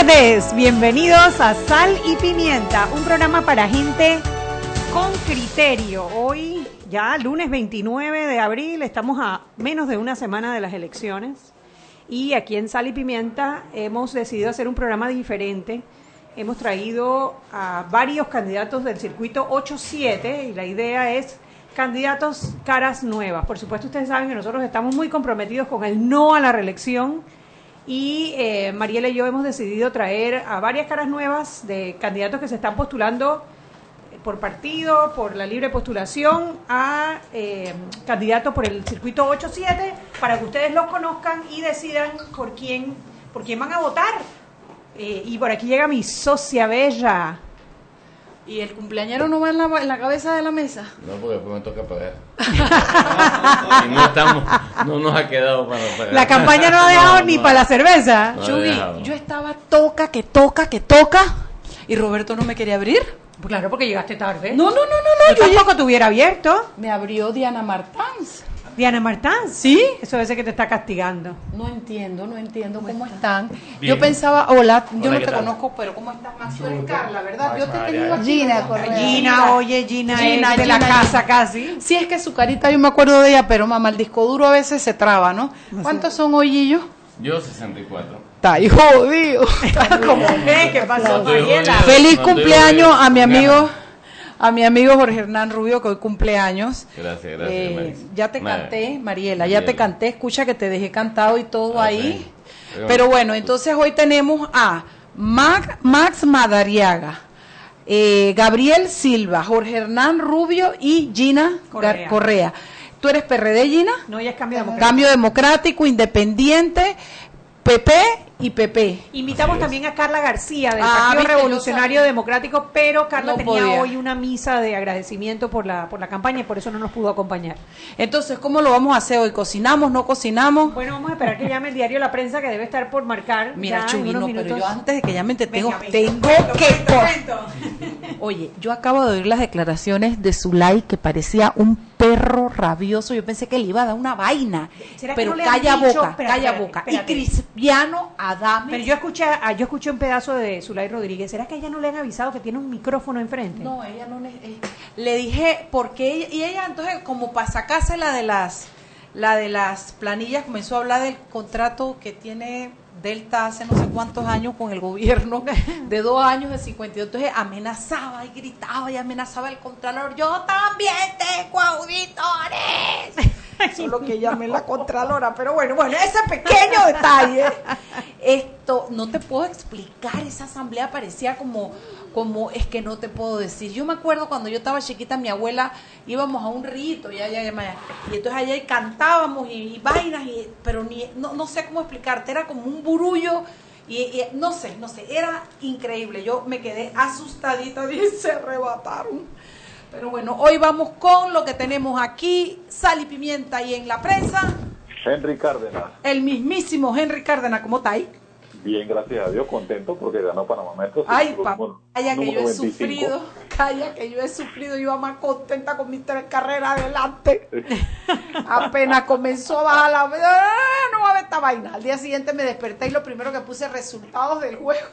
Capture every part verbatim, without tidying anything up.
tardes, bienvenidos a Sal y Pimienta, un programa para gente con criterio. Hoy, ya lunes veintinueve de abril, estamos a menos de una semana de las elecciones y aquí en Sal y Pimienta hemos decidido hacer un programa diferente. Hemos traído a varios candidatos del circuito ocho siete y la idea es candidatos caras nuevas. Por supuesto, ustedes saben que nosotros estamos muy comprometidos con el no a la reelección. Y eh, Mariela y yo hemos decidido traer a varias caras nuevas de candidatos que se están postulando por partido, por la libre postulación, a eh, candidatos por el circuito ocho siete, para que ustedes los conozcan y decidan por quién, por quién van a votar. Eh, y por aquí llega mi socia bella. ¿Y el cumpleañero no va en la, en la cabeza de la mesa? No, porque después me toca pagar. Y no estamos, no nos ha quedado para pagar. La campaña no ha dejado no, ni no, para la cerveza. No Chuy, yo estaba toca, que toca, que toca, y Roberto no me quería abrir. Claro, porque llegaste tarde. No, no, no, no, no. Yo tampoco te hubiera abierto. Me abrió Diana Martans. Diana Martans. ¿Sí? Eso debe ser que te está castigando. No entiendo, no entiendo cómo están. Bien. Yo pensaba, hola, yo Hola, no te tal? conozco, pero ¿cómo estás? Más tú eres Carla, ¿verdad? Yo te he tenido aquí. Gina, Correa. Gina, oye, Gina, Gina es de Gina, la casa Gina. casi. Sí, es que su carita, yo me acuerdo de ella, pero mamá, el disco duro a veces se traba, ¿no? ¿Cuántos son hoyillos? Yo sesenta y cuatro. Está ahí jodido. ¿Cómo qué? ¿Qué pasó, Mariela? Feliz cumpleaños a mi amigo... A mi amigo Jorge Hernán Rubio, que hoy cumpleaños. Gracias, gracias. Eh, ya te Madre. canté, Mariela, ya te canté, escucha que te dejé cantado y todo Ah, ahí. sí. Pero, Pero bueno, entonces hoy tenemos a Mac, Max Madariaga, eh, Gabriel Silva, Jorge Hernán Rubio y Gina Correa. Gar- Correa. ¿Tú eres P R D, Gina? No, ya es cambio democrático. Cambio Democrático, Independiente, P P y P P. Invitamos también a Carla García del Ah, Partido viste, Revolucionario yo Democrático, pero Carla No tenía podía. hoy una misa de agradecimiento por la por la campaña y por eso no nos pudo acompañar. Entonces, ¿cómo lo vamos a hacer hoy? ¿Cocinamos, no cocinamos? Bueno, vamos a esperar que llame el diario La Prensa, que debe estar por marcar. Mira, ya Chuy, en unos no, minutos. pero yo antes de que llamen te tengo, Venga, venga, tengo cuento, que... cuento, cor- cuento. Oye, yo acabo de oír las declaraciones de Zulay, que parecía un perro rabioso. Yo pensé que le iba a dar una vaina. ¿Será que Pero no le han calla dicho? boca, Espérate, calla espérate, boca. espérate. Y Cristiano Adames... Pero yo escuché, ah, yo escuché un pedazo de Zulay Rodríguez. ¿Será que a ella no le han avisado que tiene un micrófono enfrente? No, ella no le... eh, le dije, porque ella... Y ella entonces, como para sacarse la de las... La de las planillas, comenzó a hablar del contrato que tiene Delta hace no sé cuántos años con el gobierno, de dos años, de cincuenta y dos. Entonces amenazaba y gritaba y amenazaba el contralor. Yo también tengo auditores. Solo que llamé la contralora, pero bueno, bueno, ese pequeño detalle. Esto, no te puedo explicar, esa asamblea parecía como, como, es que no te puedo decir. Yo me acuerdo cuando yo estaba chiquita, mi abuela, íbamos a un rito, ya, ya, ya, ya, y entonces allá y cantábamos y, y vainas, y, pero ni, no, no sé cómo explicarte, era como un burullo. Y, y no sé, no sé, era increíble. Yo me quedé asustadita, dije, se arrebataron. Pero bueno, hoy vamos con lo que tenemos aquí, Sal y Pimienta, y en la prensa, Henry Cárdenas. el mismísimo Henry Cárdenas. ¿Cómo está ahí? Bien, gracias a Dios, contento porque ganó Panamá Metro. Ay, Número- papá, calla que número yo he veinticinco. sufrido, calla que yo he sufrido, yo iba más contenta con mis tres carreras adelante. Apenas comenzó a bajar la... ¡Ah, no va a haber esta vaina! Al día siguiente me desperté y lo primero que puse resultados del juego.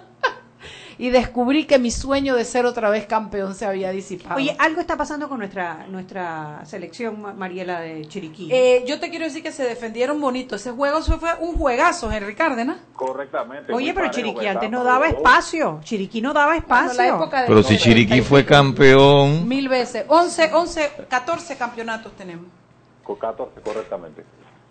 Y descubrí que mi sueño de ser otra vez campeón se había disipado. Oye, algo está pasando con nuestra nuestra selección, Ma- Mariela, de Chiriquí. Eh, yo te quiero decir que se defendieron bonito. Ese juego fue fue un juegazo, Henry Cárdenas. Correctamente. Oye, muy pero parejo, Chiriquí ¿verdad? antes no Pero daba los dos- espacio. Chiriquí no daba espacio. Bueno, la época de Pero si Chiriquí fue campeón, mil veces. once, once, catorce campeonatos tenemos. Con catorce, correctamente.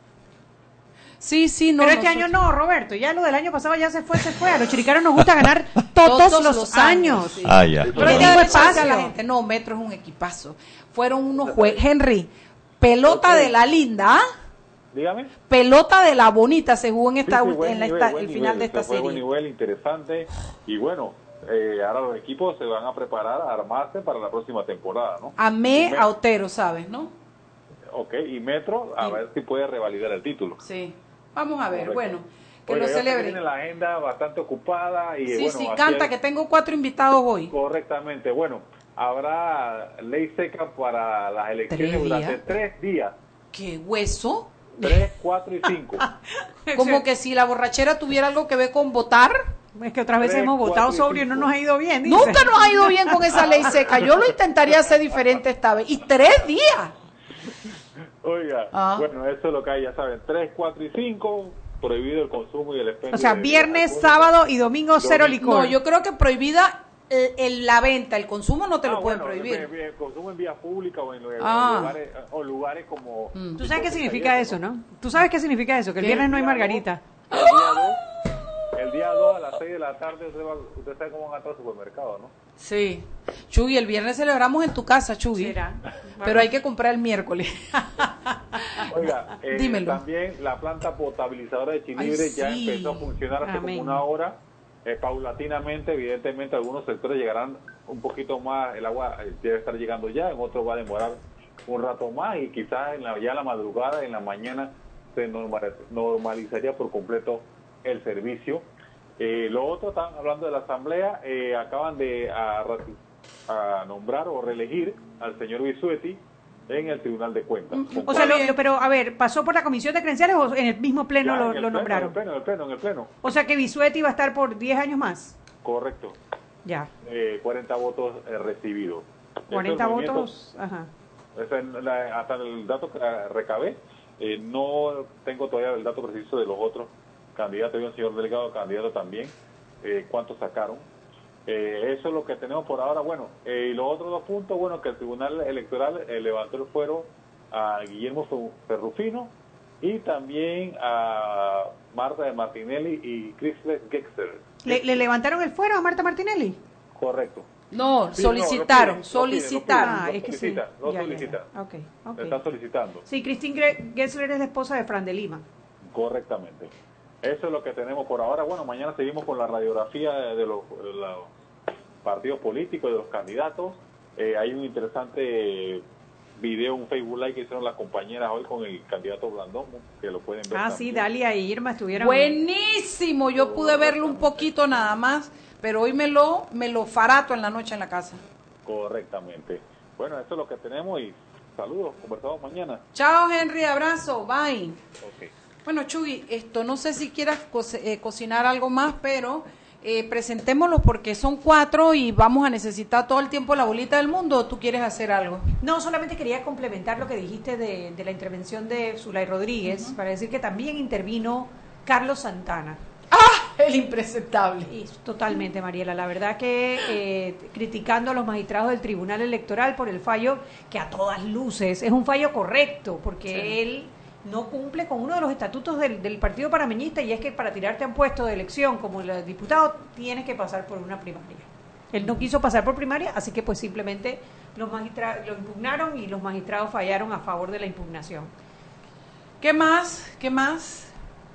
Sí, sí, no. Pero este nosotros- año no, Roberto. Ya lo del año pasado ya se fue, se fue. A los chiricanos nos gusta ganar todos, los, años. sí. ah, ya. Pero Le hay que digo darle chance a espacio. la gente. No, Metro es un equipazo. Fueron unos juegos. Henry, pelota Ok. de la linda, ¿ah? Dígame. Pelota de la bonita se jugó en esta, Sí, sí, ult- buen en la nivel, esta- buen el final nivel. de esta Este fue buen serie. nivel, interesante. Y bueno, eh, ahora los equipos se van a preparar, a armarse para la próxima temporada, ¿no? Amé Y Me- a Otero, ¿sabes, no? Ok, y Metro, a Y- ver si puede revalidar el título. Sí. Vamos a ver, Correcto. bueno, que Oiga, lo yo sé que celebre. tiene la agenda bastante ocupada y Sí, bueno, sí, así canta, es. que tengo cuatro invitados hoy. Correctamente, bueno, habrá ley seca para las elecciones ¿Tres durante días? tres días, ¿Qué hueso? tres, cuatro y cinco. Como que si la borrachera tuviera algo que ver con votar. Es que otras veces Tres, hemos votado cuatro y sobrio y no cinco. nos ha ido bien. dice. Nunca nos ha ido bien con esa ley seca. Yo lo intentaría hacer diferente esta vez. Y tres días. Oiga, Ah. bueno, eso es lo que hay, ya saben, tres, cuatro y cinco, prohibido el consumo y el expendio. O sea, de- viernes, de sábado y domingo cero Domingo. licor. No, yo creo que prohibida el, el- la venta, el consumo no te Ah, lo pueden bueno, prohibir. bien, bien, consumo en vías públicas o en lugares, Ah. lugares, o lugares como... Mm. ¿Tú sabes qué significa eso, no? ¿Tú sabes qué significa eso? Que el ¿Qué? viernes no hay El día margarita. dos, El día dos, el día dos a las seis de la tarde usted, va, usted sabe cómo van a todo el supermercado, ¿no? Sí. Chugui, el viernes celebramos en tu casa, Chugui. ¿Será? Pero hay que comprar el miércoles. Oiga, eh, Dímelo. también la planta potabilizadora de Chilibre Ay, ya sí. empezó a funcionar hace Amén. como una hora. Eh, paulatinamente, evidentemente, algunos sectores llegarán un poquito más, el agua eh, debe estar llegando ya, en otros va a demorar un rato más y quizás en la, ya en la madrugada, en la mañana, se normaliz- normalizaría por completo el servicio. Eh, lo otro, están hablando de la asamblea, eh, acaban de a, rati- a nombrar o reelegir al señor Bisuetti en el Tribunal de Cuentas. Con O sea, lo- bien. lo- pero a ver, ¿pasó por la comisión de credenciales o en el mismo pleno Ya, lo, en el lo pleno, nombraron? En el pleno, en el pleno, en el pleno, O sea que Bisuetti va a estar por diez años más. correcto. Ya, Eh, cuarenta votos eh, recibidos. cuarenta Ese es el movimiento- votos. Ajá. ese es la- hasta el dato que eh, recabé, eh, no tengo todavía el dato preciso de los otros candidatos. Había un señor delegado candidato también, eh, cuántos sacaron. Eh, eso es lo que tenemos por ahora. Bueno, eh, y los otros dos puntos, bueno, que el Tribunal Electoral eh, levantó el fuero a Guillermo Ferrufino y también a Marta de Martinelli y Chrysler Gexter. ¿Le, le levantaron el fuero a Marta Martinelli? Correcto. No, Sí, no, solicitaron, lo piden, lo piden, lo solicitaron. Ah, lo es que sí. solicitan, lo Ya, ya, ya. solicitan. Ok, ok. Se están solicitando. Sí, Christine Gre- Gessler es la esposa de Fran de Lima. Correctamente. Eso es lo que tenemos por ahora. Bueno, mañana seguimos con la radiografía de los, de los partidos políticos, de los candidatos. Eh, hay un interesante video, un Facebook Live que hicieron las compañeras hoy con el candidato Blandón, que lo pueden ver. Ah, sí, también. Dalia y Irma estuvieron. Buenísimo, yo pude verlo un poquito nada más, pero hoy me lo, me lo farato en la noche en la casa. Correctamente. Bueno, eso es lo que tenemos y saludos, conversamos mañana. Chao, Henry, abrazo, bye. Ok. Bueno, Chugui, esto no sé si quieras co- eh, cocinar algo más, pero eh, presentémoslo porque son cuatro y vamos a necesitar todo el tiempo la bolita del mundo. ¿O tú quieres hacer algo? No, solamente quería complementar lo que dijiste de, de la intervención de Zulay Rodríguez, para decir que también intervino Carlos Santana. ¡Ah! El impresentable. Y totalmente, Mariela. La verdad que eh, criticando a los magistrados del Tribunal Electoral por el fallo que a todas luces es un fallo correcto, porque Sí. él no cumple con uno de los estatutos del, del Partido Panameñista, y es que para tirarte a un puesto de elección como el diputado tienes que pasar por una primaria. Él no quiso pasar por primaria, así que pues simplemente los magistrados lo impugnaron y los magistrados fallaron a favor de la impugnación. ¿Qué más? ¿Qué más?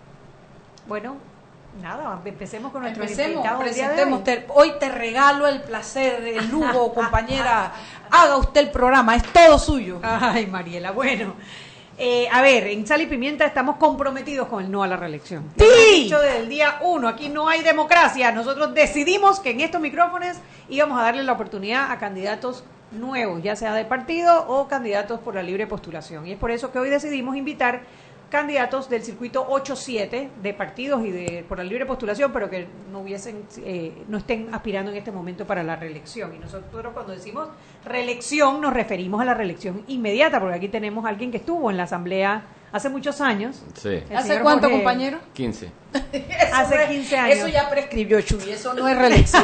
Bueno, nada, empecemos con nuestro Empecemos, invitado del día de presentemos. hoy. Te- hoy te regalo el placer, el lujo, compañera. Haga usted el programa, es todo suyo. Ay, Mariela, bueno. Eh, a ver, en Sal y Pimienta estamos comprometidos con el no a la reelección. ¡Sí! Lo hemos dicho desde el día uno, aquí no hay democracia. Nosotros decidimos que en estos micrófonos íbamos a darle la oportunidad a candidatos nuevos, ya sea de partido o candidatos por la libre postulación. Y es por eso que hoy decidimos invitar candidatos del circuito ocho siete de partidos y de por la libre postulación, pero que no hubiesen eh, no estén aspirando en este momento para la reelección. Y nosotros cuando decimos reelección nos referimos a la reelección inmediata, porque aquí tenemos a alguien que estuvo en la asamblea hace muchos años. Sí, El ¿Hace señor cuánto, Jorge- compañero? quince. Eso Hace no es- quince años. Eso ya prescribió, Chuy, eso no es reelección.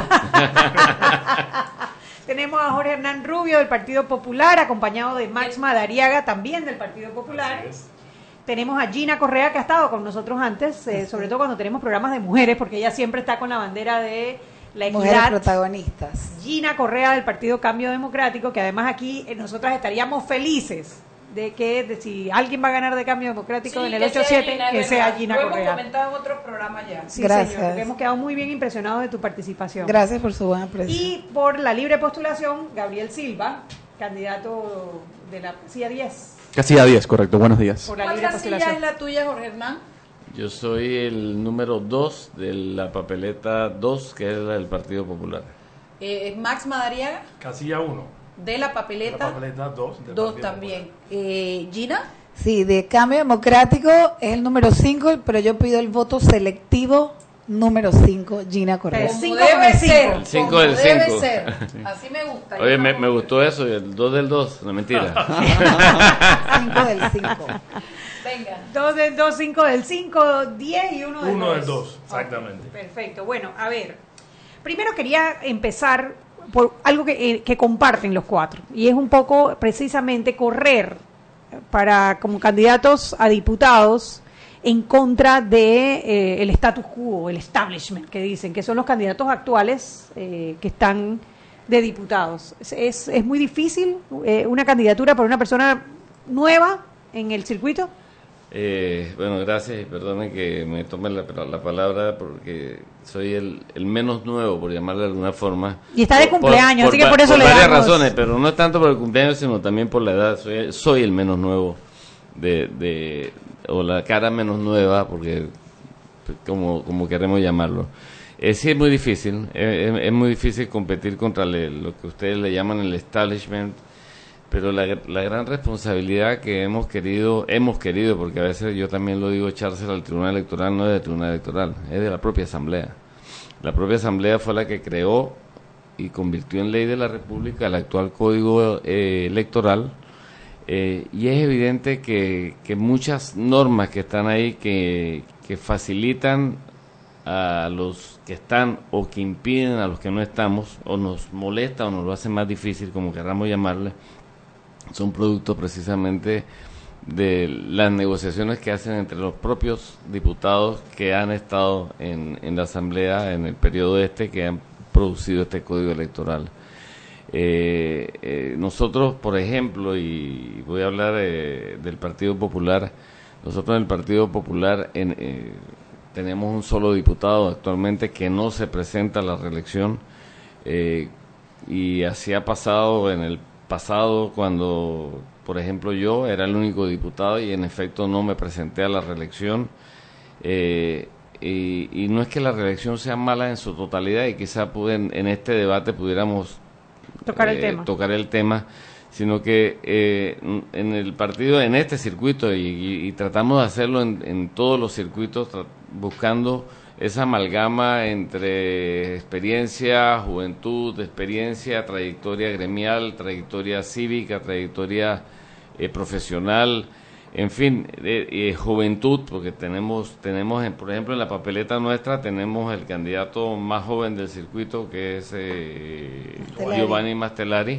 Tenemos a Jorge Hernán Rubio del Partido Popular, acompañado de Max Madariaga, también del Partido Popular. Tenemos a Gina Correa, que ha estado con nosotros antes, eh, sobre todo cuando tenemos programas de mujeres, porque ella siempre está con la bandera de la Mujeres equidad. protagonistas. Gina Correa del Partido Cambio Democrático, que además aquí eh, nosotras estaríamos felices de que de si alguien va a ganar de Cambio Democrático Sí, en el que ocho sea siete, Gina, que es sea verdad. Gina Lo hemos Correa. comentado en otros programas ya. Sí, Gracias. señor, porque hemos quedado muy bien impresionados de tu participación. Gracias por su buena presencia. Y por la libre postulación, Gabriel Silva, candidato de la casilla diez. Casilla diez, correcto. Buenos días. Por la ¿Cuál libre casilla postulación. es la tuya, Jorge Hernán? Yo soy el número dos de la papeleta dos, que es la del Partido Popular. Eh, Max Madariaga, Casilla uno. de la La papeleta. papeleta dos. del Dos Partido también. Eh, Gina, Sí, de Cambio Democrático es el número cinco, pero yo pido el voto selectivo número cinco, Gina Correa. Como cinco debe con ser, cinco. como Cinco del debe cinco. ser. Así me gusta. Oye, Yo me, no- me gustó eso, y el dos del dos, no mentira. cinco del cinco. Venga. dos del dos, cinco del cinco, diez y uno del dos. Uno del dos, exactamente. Ok, perfecto. Bueno, a ver. Primero quería empezar por algo que, eh, que comparten los cuatro. Y es un poco precisamente correr para como candidatos a diputados en contra de eh, el status quo, el establishment, que dicen, que son los candidatos actuales eh, que están de diputados. Es, es, es muy difícil eh, una candidatura para una persona nueva en el circuito. Eh, bueno, gracias y perdonen que me tome la, la palabra porque soy el, el menos nuevo, por llamarle de alguna forma. Y está de cumpleaños, así que por eso por le varias damos- razones, pero no es tanto por el cumpleaños, sino también por la edad. Soy, soy el menos nuevo de, de o la cara menos nueva, porque como, como queremos llamarlo. Eh, sí es muy difícil, eh, es, es muy difícil competir contra le- lo que ustedes le llaman el establishment, pero la, la gran responsabilidad que hemos querido, hemos querido, porque a veces yo también lo digo, echársela al Tribunal Electoral, no es del Tribunal Electoral, es de la propia Asamblea. La propia Asamblea fue la que creó y convirtió en ley de la República el actual Código eh, Electoral, eh, y es evidente que, que muchas normas que están ahí que, que facilitan a los que están o que impiden a los que no estamos, o nos molesta o nos lo hacen más difícil, como queramos llamarle, son producto precisamente de las negociaciones que hacen entre los propios diputados que han estado en, en la Asamblea en el periodo este, que han producido este Código Electoral. Eh, eh, nosotros, por ejemplo, y voy a hablar eh, del Partido Popular, nosotros en el Partido Popular en, eh, tenemos un solo diputado actualmente que no se presenta a la reelección, eh, y así ha pasado en el pasado cuando, por ejemplo, yo era el único diputado y en efecto no me presenté a la reelección, eh, y, y no es que la reelección sea mala en su totalidad, y quizá pueden, en este debate pudiéramos Tocar el eh, tema. tocar el tema, sino que eh, en el partido, en este circuito, y, y, y tratamos de hacerlo en, en todos los circuitos, buscando esa amalgama entre experiencia, juventud, experiencia, trayectoria gremial, trayectoria cívica, trayectoria eh, profesional, en fin, eh, eh, juventud, porque tenemos, tenemos en, por ejemplo, en la papeleta nuestra tenemos el candidato más joven del circuito, que es eh, Mastelari. Giovanni Mastelari,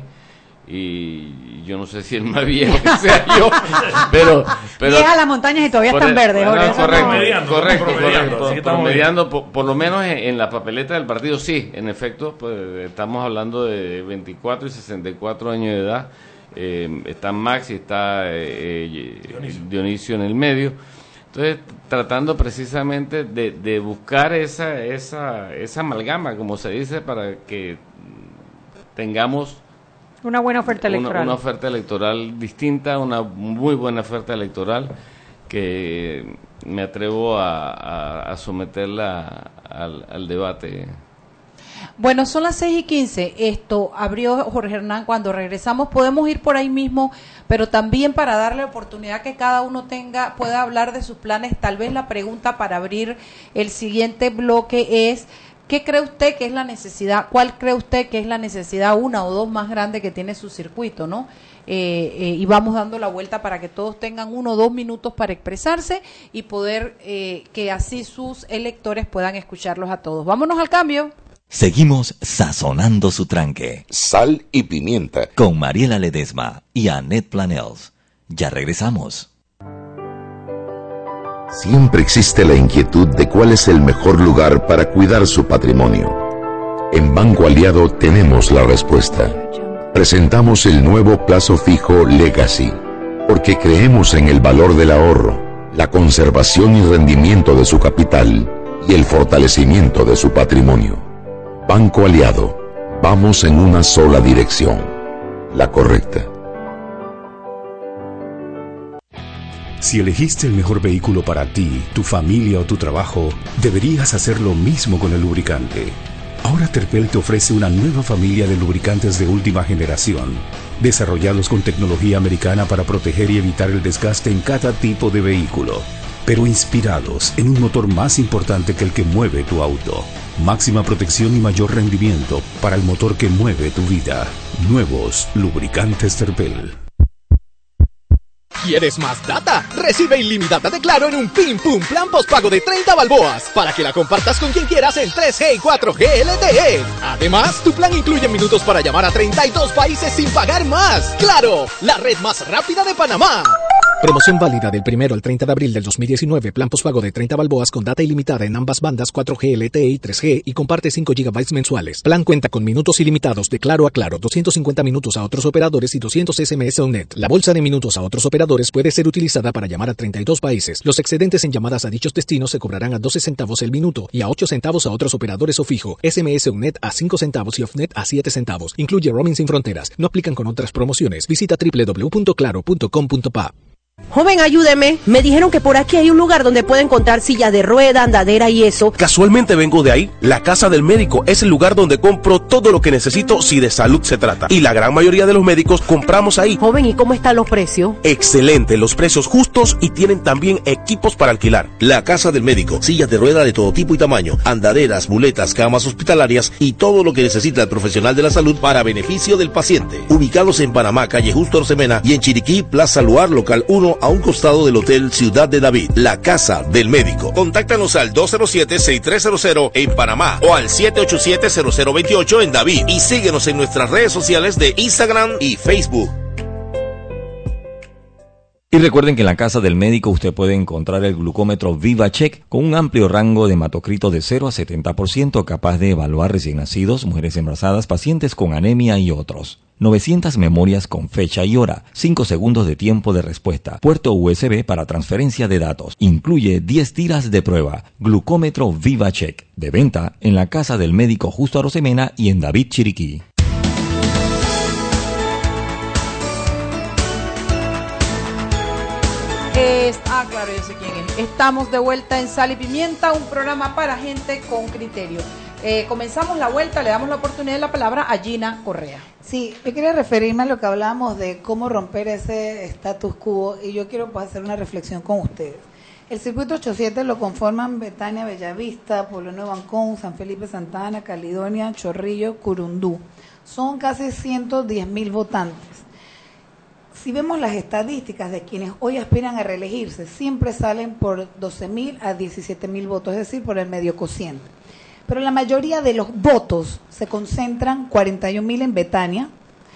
y yo no sé si el más viejo que sea yo, pero... pero Llegas a las montañas y todavía por están el- verdes. bueno, Jorge, eso correcto, no- Promediando, correcto, promediando, correcto, así que estamos promediando, por, por lo menos en, en la papeleta del partido, sí, en efecto, pues estamos hablando de veinticuatro y sesenta y cuatro años de edad, eh, está Max y está eh, eh, Dionisio. Dionisio en el medio, entonces tratando precisamente de, de buscar esa, esa, esa amalgama, como se dice, para que tengamos Una buena oferta una, electoral. una oferta electoral distinta, una muy buena oferta electoral que me atrevo a, a, a someterla al, al debate. Bueno, son las seis y quince. Esto abrió Jorge Hernán. Cuando regresamos podemos ir por ahí mismo, pero también para darle oportunidad que cada uno tenga, pueda hablar de sus planes. Tal vez la pregunta para abrir el siguiente bloque es: ¿qué cree usted que es la necesidad? ¿Cuál cree usted que es la necesidad, una o dos más grande que tiene su circuito, no? Eh, eh, y vamos dando la vuelta para que todos tengan uno o dos minutos para expresarse y poder eh, que así sus electores puedan escucharlos a todos. Vámonos al cambio. Seguimos sazonando su tranque Sal y pimienta. con Mariela Ledesma y Annette Planels. Ya regresamos. Siempre existe la inquietud de cuál es el mejor lugar para cuidar su patrimonio. En Banco Aliado tenemos la respuesta. Presentamos el nuevo plazo fijo Legacy, porque creemos en el valor del ahorro, la conservación y rendimiento de su capital y el fortalecimiento de su patrimonio. Banco Aliado, vamos en una sola dirección, la correcta. Si elegiste el mejor vehículo para ti, tu familia o tu trabajo, deberías hacer lo mismo con el lubricante. Ahora Terpel te ofrece una nueva familia de lubricantes de última generación, desarrollados con tecnología americana para proteger y evitar el desgaste en cada tipo de vehículo. pero inspirados en un motor más importante que el que mueve tu auto. Máxima protección y mayor rendimiento para el motor que mueve tu vida. Nuevos lubricantes Terpel. ¿Quieres más data? Recibe ilimitada de Claro en un Pim Pum Plan postpago de treinta balboas para que la compartas con quien quieras en tres G y cuatro G L T E. Además, tu plan incluye minutos para llamar a treinta y dos países sin pagar más. ¡Claro! La red más rápida de Panamá. Promoción válida del primero al treinta de abril del dos mil diecinueve. Plan postpago de treinta balboas con data ilimitada en ambas bandas cuatro G L T E y tres G y comparte cinco gigabytes mensuales. Plan cuenta con minutos ilimitados de Claro a Claro, doscientos cincuenta minutos a otros operadores y doscientos S M S on net. La bolsa de minutos a otros operadores puede ser utilizada para llamar a treinta y dos países. Los excedentes en llamadas a dichos destinos se cobrarán a doce centavos el minuto y a ocho centavos a otros operadores o fijo. S M S on net a cinco centavos y off net a siete centavos. Incluye roaming sin fronteras. No aplican con otras promociones. Visita doble u doble u doble u punto claro punto com punto pa. Joven, ayúdeme. Me dijeron que por aquí hay un lugar donde puede encontrar sillas de rueda, andadera y eso. Casualmente vengo de ahí. La Casa del Médico es el lugar donde compro todo lo que necesito si de salud se trata. Y la gran mayoría de los médicos compramos ahí. Joven, ¿y cómo están los precios? Excelente, los precios justos y tienen también equipos para alquilar. La Casa del Médico, sillas de rueda de todo tipo y tamaño, andaderas, muletas, camas hospitalarias y todo lo que necesita el profesional de la salud para beneficio del paciente. Ubicados en Panamá, calle Justo Rosemena y en Chiriquí, Plaza Luar, local uno a un costado del Hotel Ciudad de David. La Casa del Médico. Contáctanos al dos cero siete, seis tres cero cero en Panamá o al siete ocho siete, cero cero dos ocho en David y síguenos en nuestras redes sociales de Instagram y Facebook. Y recuerden que en la Casa del Médico usted puede encontrar el glucómetro VivaCheck con un amplio rango de hematocrito de cero a setenta por ciento capaz de evaluar recién nacidos, mujeres embarazadas, pacientes con anemia y otros. novecientas memorias con fecha y hora, cinco segundos de tiempo de respuesta, puerto U S B para transferencia de datos. Incluye diez tiras de prueba. Glucómetro VivaCheck. De venta en la Casa del Médico Justo Arosemena y en David Chiriquí. Es, ah, claro, yo sé quién es. Estamos de vuelta en Sal y Pimienta, un programa para gente con criterio. Eh, comenzamos la vuelta, le damos la oportunidad de la palabra a Gina Correa. Sí, yo quería referirme a lo que hablábamos de cómo romper ese status quo y yo quiero pues, hacer una reflexión con ustedes. El circuito ochenta y siete lo conforman Betania, Bellavista, Pueblo Nuevo Ancón, San Felipe, Santa Ana, Caledonia, Chorrillo, Curundú. Son casi ciento diez mil votantes. Si vemos las estadísticas de quienes hoy aspiran a reelegirse, siempre salen por doce mil a diecisiete mil votos, es decir, por el medio cociente. Pero la mayoría de los votos se concentran, cuarenta y un mil en Betania,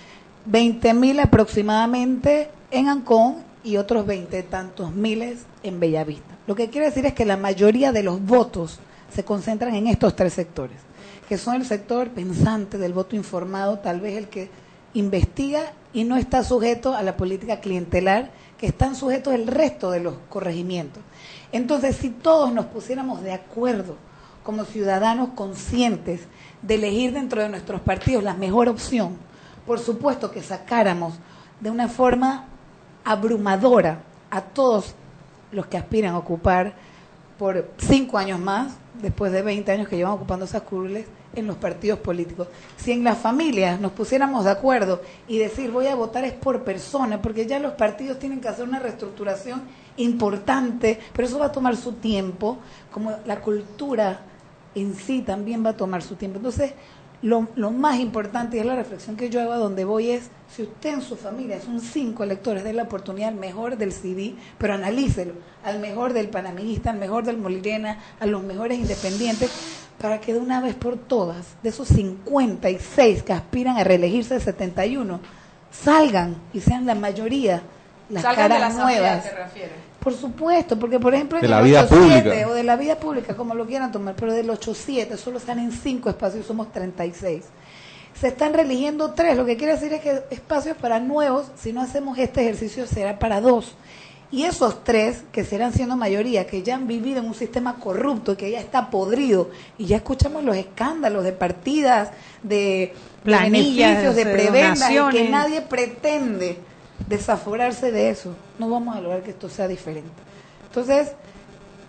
veinte mil aproximadamente en Ancón y otros veinte tantos miles en Bellavista. Lo que quiere decir es que la mayoría de los votos se concentran en estos tres sectores, que son el sector pensante del voto informado, tal vez el que investiga y no está sujeto a la política clientelar, que están sujetos el resto de los corregimientos. Entonces, si todos nos pusiéramos de acuerdo como ciudadanos conscientes de elegir dentro de nuestros partidos la mejor opción, por supuesto que sacáramos de una forma abrumadora a todos los que aspiran a ocupar por cinco años más, después de veinte años que llevan ocupando esas curules, en los partidos políticos. Si en las familias nos pusiéramos de acuerdo y decir voy a votar es por persona, porque ya los partidos tienen que hacer una reestructuración importante, pero eso va a tomar su tiempo, como la cultura en sí también va a tomar su tiempo. Entonces, lo, lo más importante, y es la reflexión que yo hago a donde voy, es si usted en su familia son cinco electores, dé la oportunidad al mejor del C D, pero analícelo, al mejor del panameñista, al mejor del Molirena, a los mejores independientes, para que de una vez por todas, de esos cincuenta y seis que aspiran a reelegirse de setenta y uno, salgan y sean la mayoría las salgan caras de la nuevas. ¿Te refieres? Por supuesto, porque por ejemplo en de la el vida ochenta y siete, pública o de la vida pública, como lo quieran tomar, pero del ochenta y siete solo salen cinco espacios, somos treinta y seis. Se están reeligiendo tres, lo que quiere decir es que espacios para nuevos, si no hacemos este ejercicio, será para dos. Y esos tres, que serán siendo mayoría, que ya han vivido en un sistema corrupto, que ya está podrido, y ya escuchamos los escándalos de partidas, de planillas, beneficios, de de prebendas, y que donaciones. nadie pretende desaforarse de eso, no vamos a lograr que esto sea diferente. Entonces,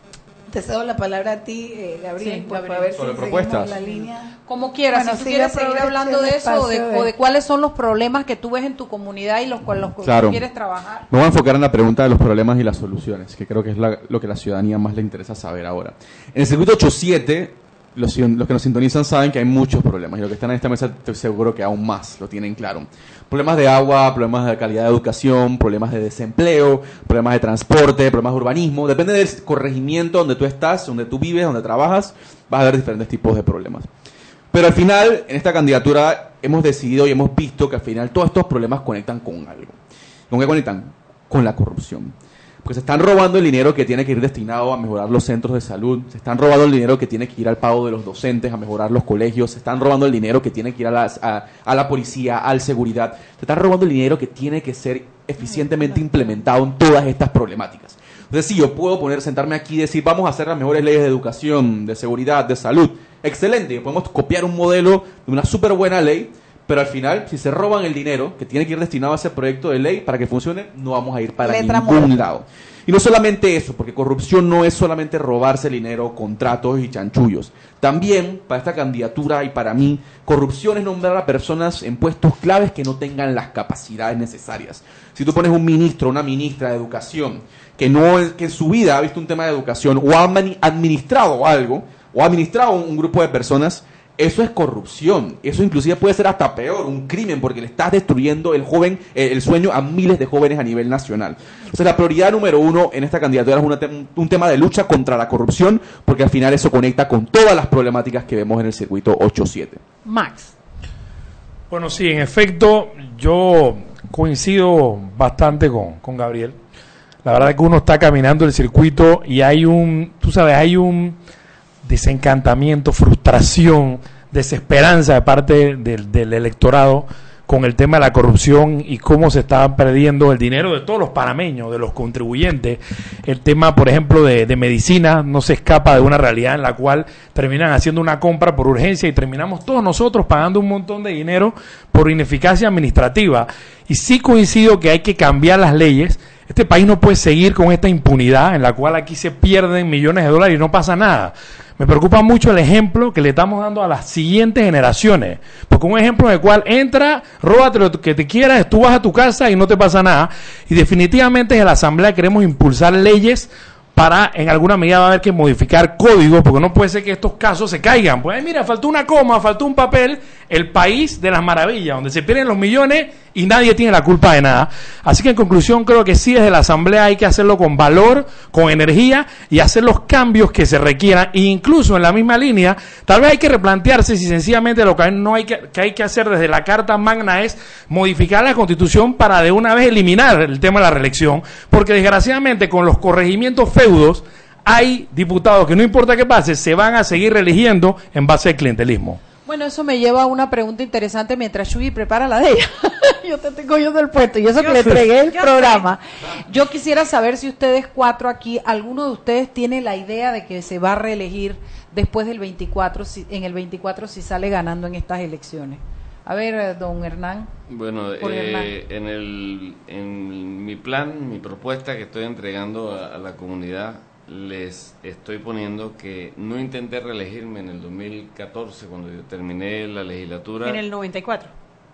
Te cedo la palabra a ti, eh, Gabriel, Sí, por Gabriel. favor, Sobre si propuestas. seguimos la línea. Como quieras, Bueno, si tú sí, quieres yo seguir aprovecho hablando de el eso o de, espacio o de de- cuáles son los problemas que tú ves en tu comunidad y los con los que Claro. tú quieres trabajar. Me voy a enfocar en la pregunta de los problemas y las soluciones, que creo que es la- lo que a la ciudadanía más le interesa saber ahora. En el circuito ochenta y siete, los, los que nos sintonizan saben que hay muchos problemas, y los que están en esta mesa estoy seguro que aún más lo tienen claro. Problemas de agua, problemas de calidad de educación, problemas de desempleo, problemas de transporte, problemas de urbanismo. Depende del corregimiento donde tú estás, donde tú vives, donde trabajas, vas a ver diferentes tipos de problemas. Pero al final, en esta candidatura, hemos decidido y hemos visto que al final todos estos problemas conectan con algo. ¿Con qué conectan? Con la corrupción. Porque se están robando el dinero que tiene que ir destinado a mejorar los centros de salud, se están robando el dinero que tiene que ir al pago de los docentes, a mejorar los colegios, se están robando el dinero que tiene que ir a, las, a, a la policía, al seguridad, se están robando el dinero que tiene que ser eficientemente implementado en todas estas problemáticas. Entonces, si yo puedo poner, sentarme aquí y decir, vamos a hacer las mejores leyes de educación, de seguridad, de salud, excelente, podemos copiar un modelo de una súper buena ley, pero al final, si se roban el dinero que tiene que ir destinado a ese proyecto de ley para que funcione, no vamos a ir para Letra ningún muerta. lado. Y no solamente eso, porque corrupción no es solamente robarse el dinero, contratos y chanchullos. También, para esta candidatura y para mí, corrupción es nombrar a personas en puestos claves que no tengan las capacidades necesarias. Si tú pones un ministro, una ministra de educación, que no es- que en su vida ha visto un tema de educación o ha mani- administrado algo, o ha administrado un, un grupo de personas, eso es corrupción. Eso inclusive puede ser hasta peor, un crimen, porque le estás destruyendo el joven, eh, el sueño a miles de jóvenes a nivel nacional. Entonces, la prioridad número uno en esta candidatura es una tem- un tema de lucha contra la corrupción, porque al final eso conecta con todas las problemáticas que vemos en el circuito ochenta y siete. Max. Bueno, sí, en efecto, yo coincido bastante con, con Gabriel. La verdad es que uno está caminando el circuito y hay un, tú sabes, hay un desencantamiento, frustración, desesperanza de parte del, del electorado con el tema de la corrupción y cómo se está perdiendo el dinero de todos los panameños, de los contribuyentes. El tema, por ejemplo, de, de medicina no se escapa de una realidad en la cual terminan haciendo una compra por urgencia y terminamos todos nosotros pagando un montón de dinero por ineficacia administrativa. Y sí coincido que hay que cambiar las leyes. Este país no puede seguir con esta impunidad en la cual aquí se pierden millones de dólares y no pasa nada. Me preocupa mucho el ejemplo que le estamos dando a las siguientes generaciones. Porque un ejemplo en el cual entra, róbate lo que te quieras, tú vas a tu casa y no te pasa nada. Y definitivamente desde la Asamblea queremos impulsar leyes para, en alguna medida va a haber que modificar códigos, porque no puede ser que estos casos se caigan. Pues mira, faltó una coma, faltó un papel, el país de las maravillas, donde se pierden los millones y nadie tiene la culpa de nada. Así que en conclusión creo que sí, desde la Asamblea hay que hacerlo con valor, con energía y hacer los cambios que se requieran. E incluso en la misma línea, tal vez hay que replantearse si sencillamente lo que no hay que, que hay que hacer desde la Carta Magna es modificar la Constitución para de una vez eliminar el tema de la reelección, porque desgraciadamente con los corregimientos feudos hay diputados que no importa qué pase, se van a seguir reeligiendo en base al clientelismo. Bueno, eso me lleva a una pregunta interesante mientras Shubi prepara la de ella. Yo te estoy cogiendo el puesto y eso Yo que le sé, entregué el yo programa. Yo quisiera saber si ustedes cuatro aquí, alguno de ustedes tiene la idea de que se va a reelegir después del veinticuatro, si, en el veinticuatro si sale ganando en estas elecciones. A ver, eh, don Hernán. Bueno, Por Hernán. eh, en, el, en mi plan, mi propuesta que estoy entregando a, a la comunidad, les estoy poniendo que no intenté reelegirme en el dos mil catorce cuando yo terminé la legislatura. En el noventa y cuatro.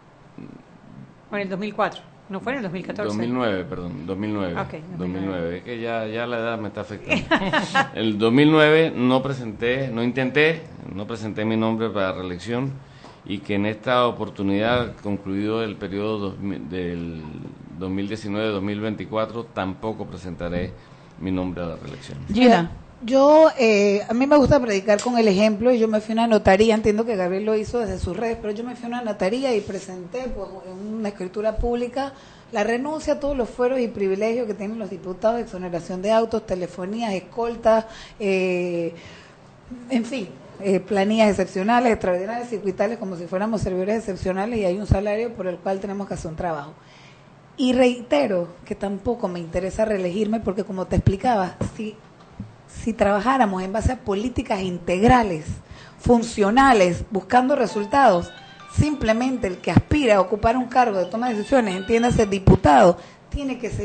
O en el dos mil cuatro. No fue en el dos mil catorce. dos mil nueve, perdón, dos mil nueve. Ok, dos mil nueve, es que ya, ya la edad me está afectando. El dos mil nueve no presenté, no intenté, no presenté mi nombre para reelección y que en esta oportunidad, concluido el periodo dos mil del dos mil diecinueve a dos mil veinticuatro, tampoco presentaré mi nombre a la reelección. Gina. Yo, eh, a mí me gusta predicar con el ejemplo y yo me fui a una notaría, entiendo que Gabriel lo hizo desde sus redes, pero yo me fui a una notaría y presenté pues, en una escritura pública la renuncia a todos los fueros y privilegios que tienen los diputados, exoneración de autos, telefonías, escoltas, eh, en fin, eh, planillas excepcionales, extraordinarias, circuitales, como si fuéramos servidores excepcionales y hay un salario por el cual tenemos que hacer un trabajo. Y reitero que tampoco me interesa reelegirme porque, como te explicaba, si, si trabajáramos en base a políticas integrales, funcionales, buscando resultados, simplemente el que aspira a ocupar un cargo de toma de decisiones, entiéndase diputado, tiene que seguir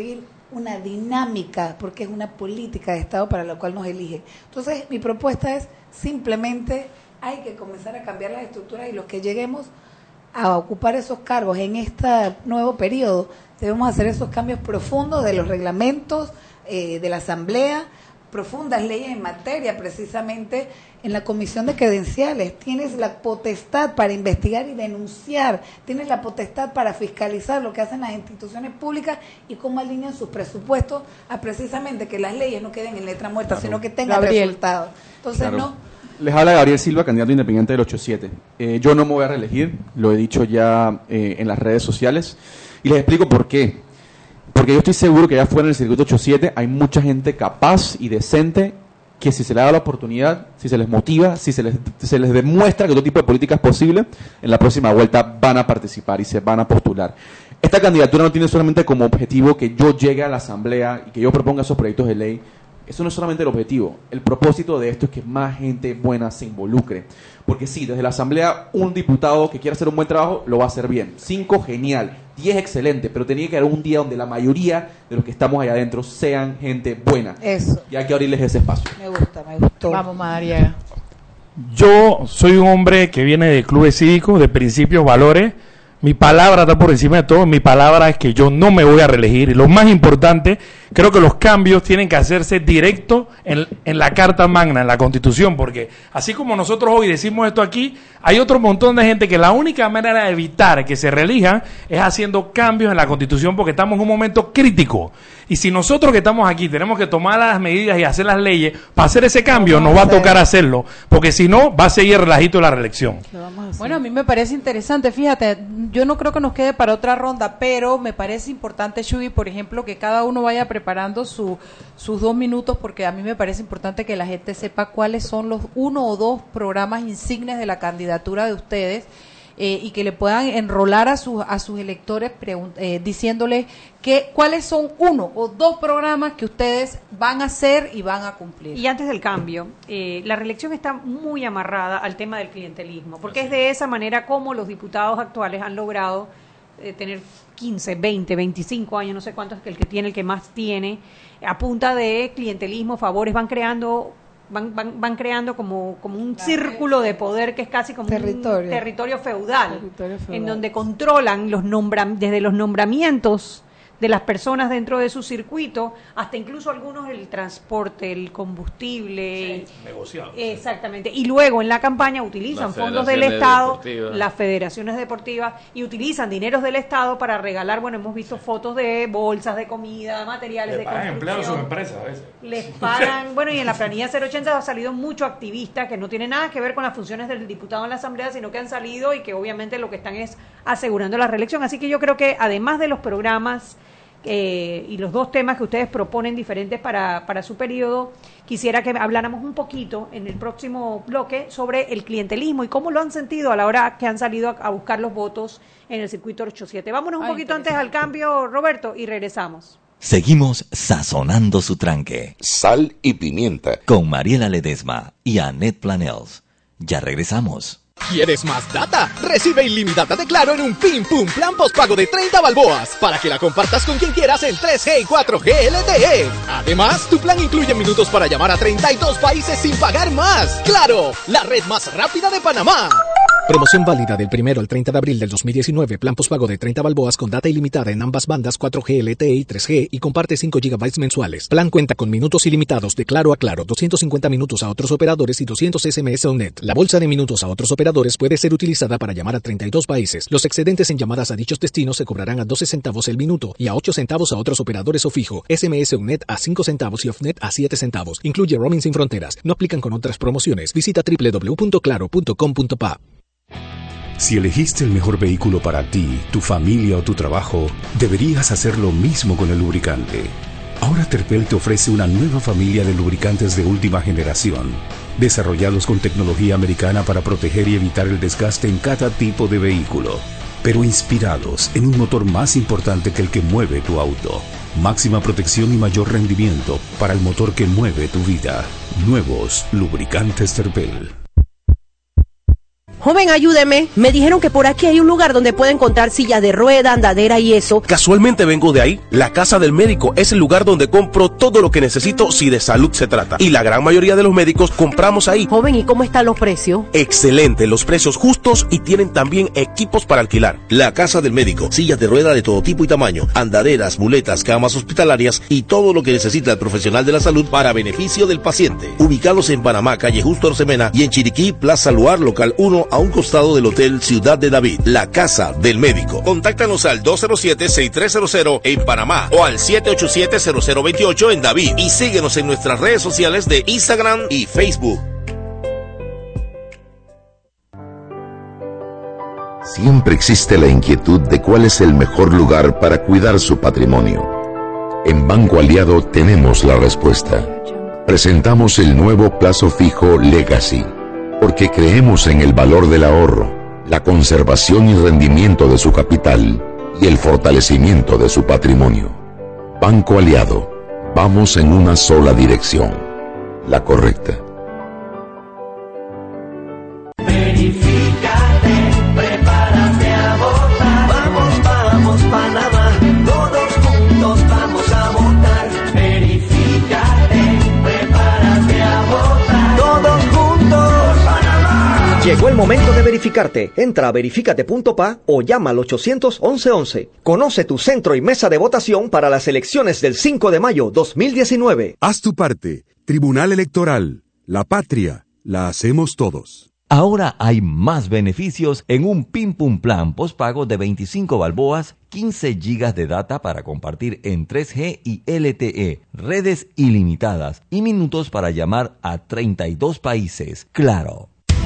una dinámica, porque es una política de Estado para la cual nos eligen. Entonces, mi propuesta es simplemente hay que comenzar a cambiar las estructuras y los que lleguemos a ocupar esos cargos en este nuevo periodo, debemos hacer esos cambios profundos de los reglamentos, eh, de la Asamblea, profundas leyes en materia, precisamente en la Comisión de Credenciales. Tienes la potestad para investigar y denunciar, tienes la potestad para fiscalizar lo que hacen las instituciones públicas y cómo alinean sus presupuestos a precisamente que las leyes no queden en letra muerta, claro, sino que tengan Gabriel. resultados. Entonces, claro. no... Les habla Gabriel Silva, candidato independiente del ocho siete. Eh, yo no me voy a reelegir, lo he dicho ya eh, en las redes sociales, y les explico por qué. Porque yo estoy seguro que allá afuera en el circuito ocho siete hay mucha gente capaz y decente que si se les da la oportunidad, si se les motiva, si se les, se les demuestra que todo tipo de política es posible, en la próxima vuelta van a participar y se van a postular. Esta candidatura no tiene solamente como objetivo que yo llegue a la Asamblea y que yo proponga esos proyectos de ley. Eso no es solamente el objetivo. El propósito de esto es que más gente buena se involucre. Porque sí, desde la Asamblea, un diputado que quiera hacer un buen trabajo, lo va a hacer bien. Cinco, genial. Diez, excelente. Pero tenía que haber un día donde la mayoría de los que estamos allá adentro sean gente buena. Eso. Y hay que abrirles ese espacio. Me gusta, me gustó. Vamos, María. Yo soy un hombre que viene de clubes cívicos, de principios, valores. Mi palabra está por encima de todo. Mi palabra es que yo no me voy a reelegir. Y lo más importante, creo que los cambios tienen que hacerse directo en, en la Carta Magna, en la Constitución, porque así como nosotros hoy decimos esto aquí, hay otro montón de gente que la única manera de evitar que se reelijan es haciendo cambios en la Constitución, porque estamos en un momento crítico. Y si nosotros que estamos aquí tenemos que tomar las medidas y hacer las leyes para hacer ese cambio, nos va a tocar hacerlo, porque si no, va a seguir el relajito de la reelección. Bueno, a mí me parece interesante, fíjate, yo no creo que nos quede para otra ronda, pero me parece importante, Shugi, por ejemplo, que cada uno vaya preparando su, sus dos minutos, porque a mí me parece importante que la gente sepa cuáles son los uno o dos programas insignes de la candidatura de ustedes, eh, y que le puedan enrolar a sus a sus electores eh, diciéndoles que cuáles son uno o dos programas que ustedes van a hacer y van a cumplir. Y antes del cambio, eh, la reelección está muy amarrada al tema del clientelismo, porque es de esa manera como los diputados actuales han logrado eh, tener quince, veinte, veinticinco años, no sé cuánto es el que tiene, el que más tiene, a punta de clientelismo, favores, van creando van van, van creando como, como un claro, círculo de poder que es casi como territorio. un territorio feudal, territorio feudal, en donde controlan los nombra, desde los nombramientos de las personas dentro de su circuito, hasta incluso algunos el transporte, el combustible. Sí, negociado. Exactamente. Y luego en la campaña utilizan fondos del Estado, deportivas. las federaciones deportivas, y utilizan dineros del Estado para regalar, bueno, hemos visto fotos de bolsas de comida, materiales Le de pagan construcción. empleados a sus empresas a veces. Les pagan, bueno, y en la planilla cero ochenta ha salido mucho activista que no tiene nada que ver con las funciones del diputado en la Asamblea, sino que han salido y que obviamente lo que están es asegurando la reelección. Así que yo creo que además de los programas Eh, y los dos temas que ustedes proponen diferentes para, para su periodo, quisiera que habláramos un poquito en el próximo bloque sobre el clientelismo y cómo lo han sentido a la hora que han salido a, a buscar los votos en el circuito ocho siete. Vámonos un Ay, poquito antes al cambio, Roberto, y regresamos. Seguimos sazonando su tranque. Sal y pimienta. Con Mariela Ledesma y Annette Planels. Ya regresamos. ¿Quieres más data? Recibe ilimitada de Claro en un Pim Pum Plan postpago de treinta balboas para que la compartas con quien quieras en tres G y cuatro G L T E. Además, tu plan incluye minutos para llamar a treinta y dos países sin pagar más. ¡Claro! La red más rápida de Panamá. Promoción válida del primero al treinta de abril del dos mil diecinueve. Plan postpago de treinta balboas con data ilimitada en ambas bandas cuatro G L T E y tres G y comparte cinco gigabytes mensuales. Plan cuenta con minutos ilimitados de Claro a Claro, doscientos cincuenta minutos a otros operadores y doscientos S M S o net. La bolsa de minutos a otros operadores puede ser utilizada para llamar a treinta y dos países. Los excedentes en llamadas a dichos destinos se cobrarán a doce centavos el minuto y a ocho centavos a otros operadores o fijo. S M S o net a cinco centavos y off-net a siete centavos. Incluye roaming sin fronteras. No aplican con otras promociones. Visita doble u doble u doble u punto claro punto com punto pa. Si elegiste el mejor vehículo para ti, tu familia o tu trabajo, deberías hacer lo mismo con el lubricante. Ahora Terpel te ofrece una nueva familia de lubricantes de última generación, desarrollados con tecnología americana para proteger y evitar el desgaste en cada tipo de vehículo, pero inspirados en un motor más importante que el que mueve tu auto. Máxima protección y mayor rendimiento para el motor que mueve tu vida. Nuevos lubricantes Terpel. Joven, ayúdeme. Me dijeron que por aquí hay un lugar donde puede encontrar sillas de rueda, andadera y eso. Casualmente vengo de ahí. La Casa del Médico es el lugar donde compro todo lo que necesito si de salud se trata. Y la gran mayoría de los médicos compramos ahí. Joven, ¿y cómo están los precios? Excelente, los precios justos y tienen también equipos para alquilar. La Casa del Médico, sillas de rueda de todo tipo y tamaño, andaderas, muletas, camas hospitalarias y todo lo que necesita el profesional de la salud para beneficio del paciente. Ubicados en Panamá, calle Justo Arsemena, y en Chiriquí, Plaza Luar, local uno, a un costado del Hotel Ciudad de David. La Casa del Médico. Contáctanos al dos cero siete, seis tres cero cero en Panamá o al siete ocho siete, cero cero dos ocho en David y síguenos en nuestras redes sociales de Instagram y Facebook. Siempre existe la inquietud de cuál es el mejor lugar para cuidar su patrimonio. En Banco Aliado tenemos la respuesta. Presentamos el nuevo plazo fijo Legacy, porque creemos en el valor del ahorro, la conservación y rendimiento de su capital y el fortalecimiento de su patrimonio. Banco Aliado, vamos en una sola dirección, la correcta. Verifícate, prepárate a votar. Vamos, vamos, Panamá, todos juntos vamos a votar. Verifícate, prepárate a votar. Todos juntos, Panamá. Llegó el momento de verificarte. Entra a verificate punto pa o llama al ochocientos once once. Conoce tu centro y mesa de votación para las elecciones del cinco de mayo dos mil diecinueve. Haz tu parte. Tribunal Electoral. La patria la hacemos todos. Ahora hay más beneficios en un Pim Pum Plan postpago de veinticinco balboas, quince gigas de data para compartir en tres G y L T E, redes ilimitadas y minutos para llamar a treinta y dos países. Claro.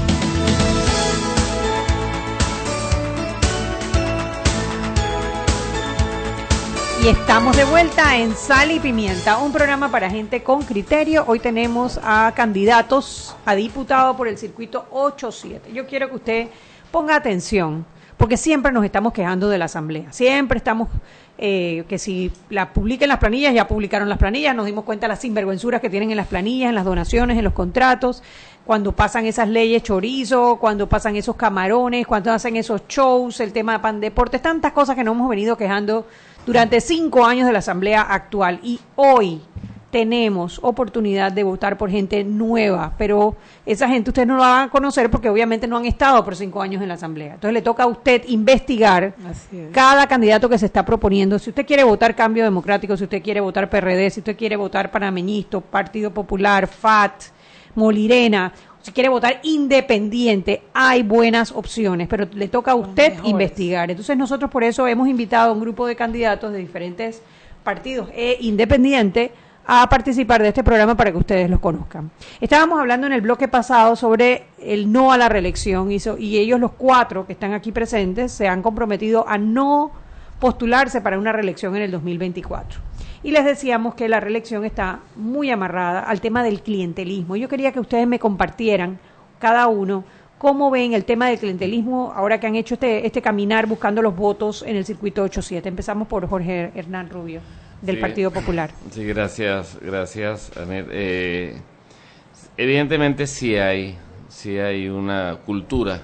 Y estamos de vuelta en Sal y Pimienta, un programa para gente con criterio. Hoy tenemos a candidatos a diputado por el circuito ocho siete. Yo quiero que usted ponga atención, porque siempre nos estamos quejando de la asamblea. Siempre estamos, eh, que si la publiquen las planillas, ya publicaron las planillas, nos dimos cuenta de las sinvergüenzuras que tienen en las planillas, en las donaciones, en los contratos, cuando pasan esas leyes chorizo, cuando pasan esos camarones, cuando hacen esos shows, el tema de pan deportes, tantas cosas que nos hemos venido quejando durante cinco años de la asamblea actual. Y hoy tenemos oportunidad de votar por gente nueva, pero esa gente ustedes no la van a conocer porque obviamente no han estado por cinco años en la asamblea. Entonces le toca a usted investigar cada candidato que se está proponiendo. Si usted quiere votar Cambio Democrático, si usted quiere votar P R D, si usted quiere votar Panameñista, Partido Popular, F A T, Molirena, si quiere votar independiente, hay buenas opciones, pero le toca a usted investigar. Entonces nosotros por eso hemos invitado a un grupo de candidatos de diferentes partidos e independientes a participar de este programa para que ustedes los conozcan. Estábamos hablando en el bloque pasado sobre el no a la reelección y, so, y ellos los cuatro que están aquí presentes se han comprometido a no postularse para una reelección en el dos mil veinticuatro. Y les decíamos que la reelección está muy amarrada al tema del clientelismo. Yo quería que ustedes me compartieran, cada uno, cómo ven el tema del clientelismo ahora que han hecho este, este caminar buscando los votos en el circuito ocho siete. Empezamos por Jorge Hernán Rubio, del sí, Partido Popular. Sí, gracias, gracias, Anet. Eh, evidentemente sí hay, sí hay una cultura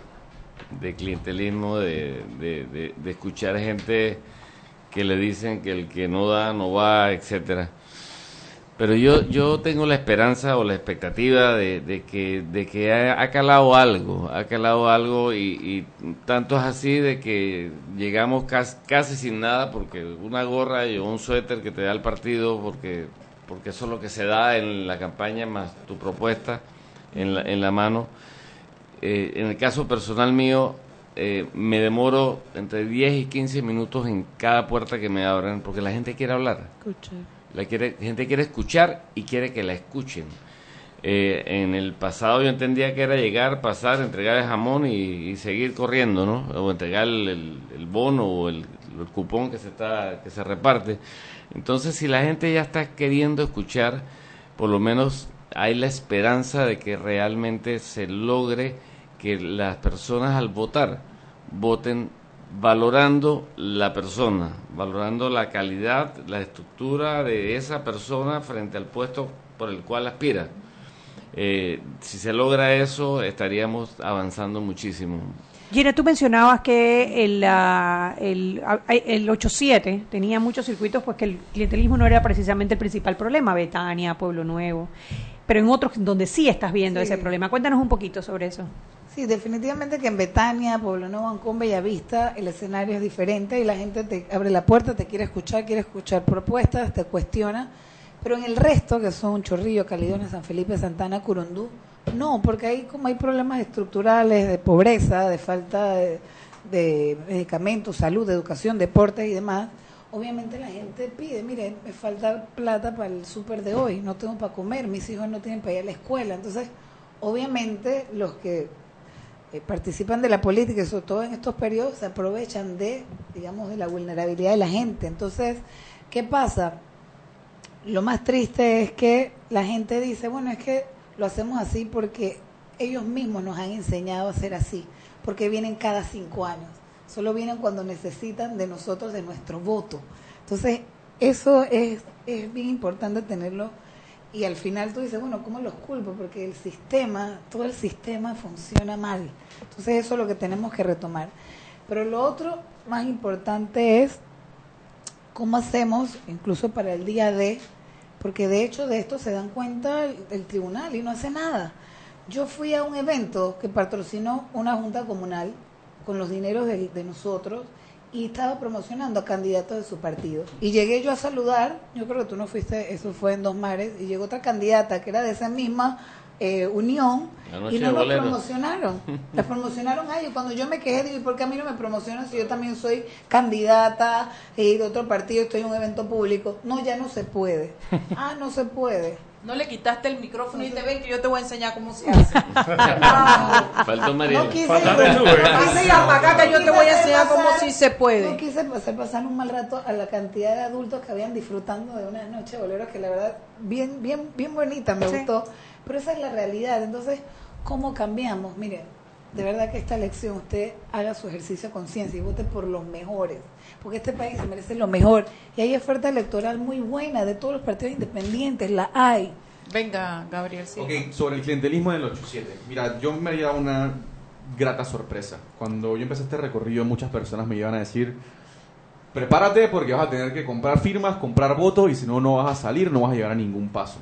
de clientelismo, de, de, de, de escuchar gente que le dicen que el que no da no va, etcétera. Pero yo yo tengo la esperanza o la expectativa de, de que de que ha, ha calado algo, ha calado algo y, y tanto es así de que llegamos casi, casi sin nada porque una gorra y un suéter que te da el partido porque porque eso es lo que se da en la campaña más tu propuesta en la, en la mano. Eh, en el caso personal mío, Eh, me demoro entre diez y quince minutos en cada puerta que me abren porque la gente quiere hablar. Escucha. La quiere, gente quiere escuchar y quiere que la escuchen. Eh, en el pasado yo entendía que era llegar, pasar, entregar el jamón y, y seguir corriendo, ¿no? O entregar el, el, el bono o el, el cupón que se está que se reparte. Entonces, si la gente ya está queriendo escuchar, por lo menos hay la esperanza de que realmente se logre que las personas al votar voten valorando la persona, valorando la calidad, la estructura de esa persona frente al puesto por el cual aspira. Eh, si se logra eso, estaríamos avanzando muchísimo. Gina, tú mencionabas que el, uh, el, uh, el ocho siete tenía muchos circuitos, pues que el clientelismo no era precisamente el principal problema, Betania, Pueblo Nuevo, pero en otros donde sí estás viendo sí. ese problema. Cuéntanos un poquito sobre eso. Sí, definitivamente que en Betania, Pueblo Nuevo, Ancón, Bellavista, el escenario es diferente y la gente te abre la puerta, te quiere escuchar, quiere escuchar propuestas, te cuestiona, pero en el resto, que son Chorrillo, Caledonia, San Felipe, Santana, Curundú, no, porque ahí como hay problemas estructurales de pobreza, de falta de, de medicamentos, salud, educación, deportes y demás, obviamente la gente pide, mire, me falta plata para el súper de hoy, no tengo para comer, mis hijos no tienen para ir a la escuela. Entonces, obviamente los que eh, participan de la política, y sobre todo en estos periodos, se aprovechan de, digamos, de la vulnerabilidad de la gente. Entonces, ¿qué pasa? Lo más triste es que la gente dice, bueno, es que lo hacemos así porque ellos mismos nos han enseñado a hacer así, porque vienen cada cinco años, solo vienen cuando necesitan de nosotros, de nuestro voto. Entonces, eso es, es bien importante tenerlo, y al final tú dices, bueno, ¿cómo los culpo? Porque el sistema, todo el sistema funciona mal. Entonces, eso es lo que tenemos que retomar. Pero lo otro más importante es cómo hacemos, incluso para el día de, porque de hecho de esto se dan cuenta el, el tribunal y no hace nada. Yo fui a un evento que patrocinó una junta comunal con los dineros de, de nosotros y estaba promocionando a candidatos de su partido. Y llegué yo a saludar, yo creo que tú no fuiste, eso fue en Dos Mares, y llegó otra candidata que era de esa misma eh, unión y no nos promocionaron. La promocionaron a ellos. Cuando yo me quejé, digo, ¿y por qué a mí no me promocionan si yo también soy candidata y de otro partido, estoy en un evento público? No, ya no se puede. Ah, no se puede. No le quitaste el micrófono y te ven que yo te voy a enseñar cómo se hace. Faltó Mariela. No quise, no quise ir para acá que yo te voy a enseñar cómo sí se puede. No quise hacer pasar un mal rato a la cantidad de adultos que habían disfrutando de una noche de boleros que la verdad bien bien bien bonita, me sí. gustó. Pero esa es la realidad. Entonces, ¿cómo cambiamos? Mire, de verdad que esta elección usted haga su ejercicio de conciencia y vote por los mejores, porque este país se merece lo mejor y hay oferta electoral muy buena de todos los partidos independientes, la hay. Venga, Gabriel, sí. Ok, sobre el clientelismo del ocho siete, mira, yo me había dado una grata sorpresa. Cuando yo empecé este recorrido, muchas personas me iban a decir, prepárate porque vas a tener que comprar firmas, comprar votos y si no, no vas a salir, no vas a llegar a ningún paso.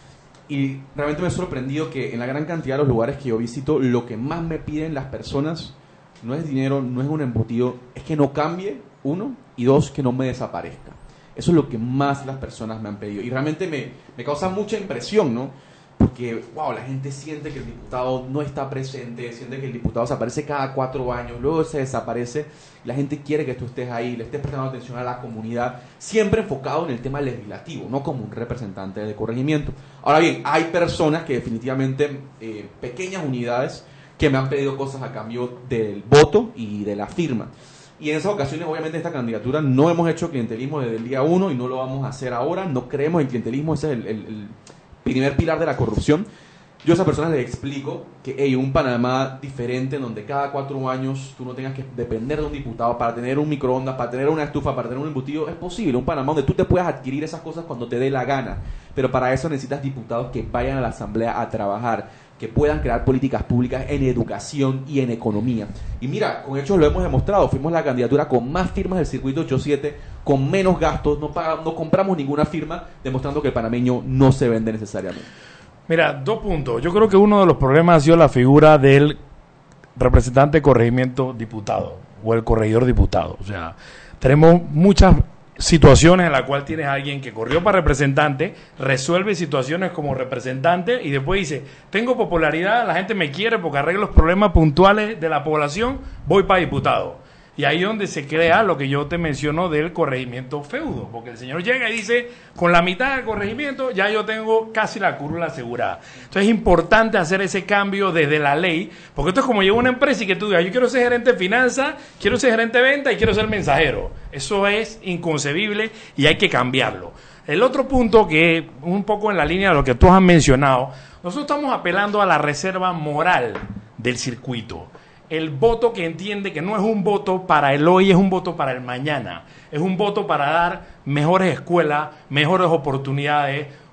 Y realmente me he sorprendido que en la gran cantidad de los lugares que yo visito, lo que más me piden las personas no es dinero, no es un embutido, es que no cambie, uno, y dos, que no me desaparezca. Eso es lo que más las personas me han pedido. Y realmente me, me causa mucha impresión, ¿no? Porque, wow, la gente siente que el diputado no está presente, siente que el diputado se aparece cada cuatro años, luego se desaparece. La gente quiere que tú estés ahí, le estés prestando atención a la comunidad, siempre enfocado en el tema legislativo, no como un representante de corregimiento. Ahora bien, hay personas que definitivamente, eh, pequeñas unidades, que me han pedido cosas a cambio del voto y de la firma. Y en esas ocasiones, obviamente, esta candidatura no hemos hecho clientelismo desde el día uno y no lo vamos a hacer ahora. No creemos en clientelismo, ese es el, el, el primer pilar de la corrupción. Yo a esas personas les explico que hay un Panamá diferente en donde cada cuatro años tú no tengas que depender de un diputado para tener un microondas, para tener una estufa, para tener un embutido. Es posible, un Panamá donde tú te puedas adquirir esas cosas cuando te dé la gana. Pero para eso necesitas diputados que vayan a la asamblea a trabajar, que puedan crear políticas públicas en educación y en economía. Y mira, con hechos lo hemos demostrado. Fuimos la candidatura con más firmas del circuito ocho siete, con menos gastos, no, pagamos, no compramos ninguna firma, demostrando que el panameño no se vende necesariamente. Mira, dos puntos. Yo creo que uno de los problemas ha sido la figura del representante de corregimiento diputado o el corregidor diputado. O sea, tenemos muchas situaciones en las cuales tienes a alguien que corrió para representante, resuelve situaciones como representante y después dice, tengo popularidad, la gente me quiere porque arreglo los problemas puntuales de la población, voy para diputado. Y ahí es donde se crea lo que yo te menciono del corregimiento feudo, porque el señor llega y dice, con la mitad del corregimiento ya yo tengo casi la curva asegurada. Entonces es importante hacer ese cambio desde la ley, porque esto es como llega una empresa y que tú digas, yo quiero ser gerente de finanzas, quiero ser gerente de venta y quiero ser mensajero. Eso es inconcebible y hay que cambiarlo. El otro punto, que un poco en la línea de lo que tú has mencionado, nosotros estamos apelando a la reserva moral del circuito. El voto que entiende que no es un voto para el hoy, es un voto para el mañana. Es un voto para dar mejores escuelas, mejores oportunidades,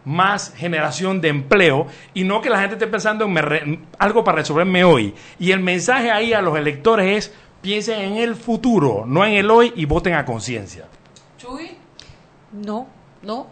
más generación de empleo y no que la gente esté pensando en me re, algo para resolverme hoy. Y el mensaje ahí a los electores es: piensen en el futuro, no en el hoy, y voten a conciencia. Chuy, no, no.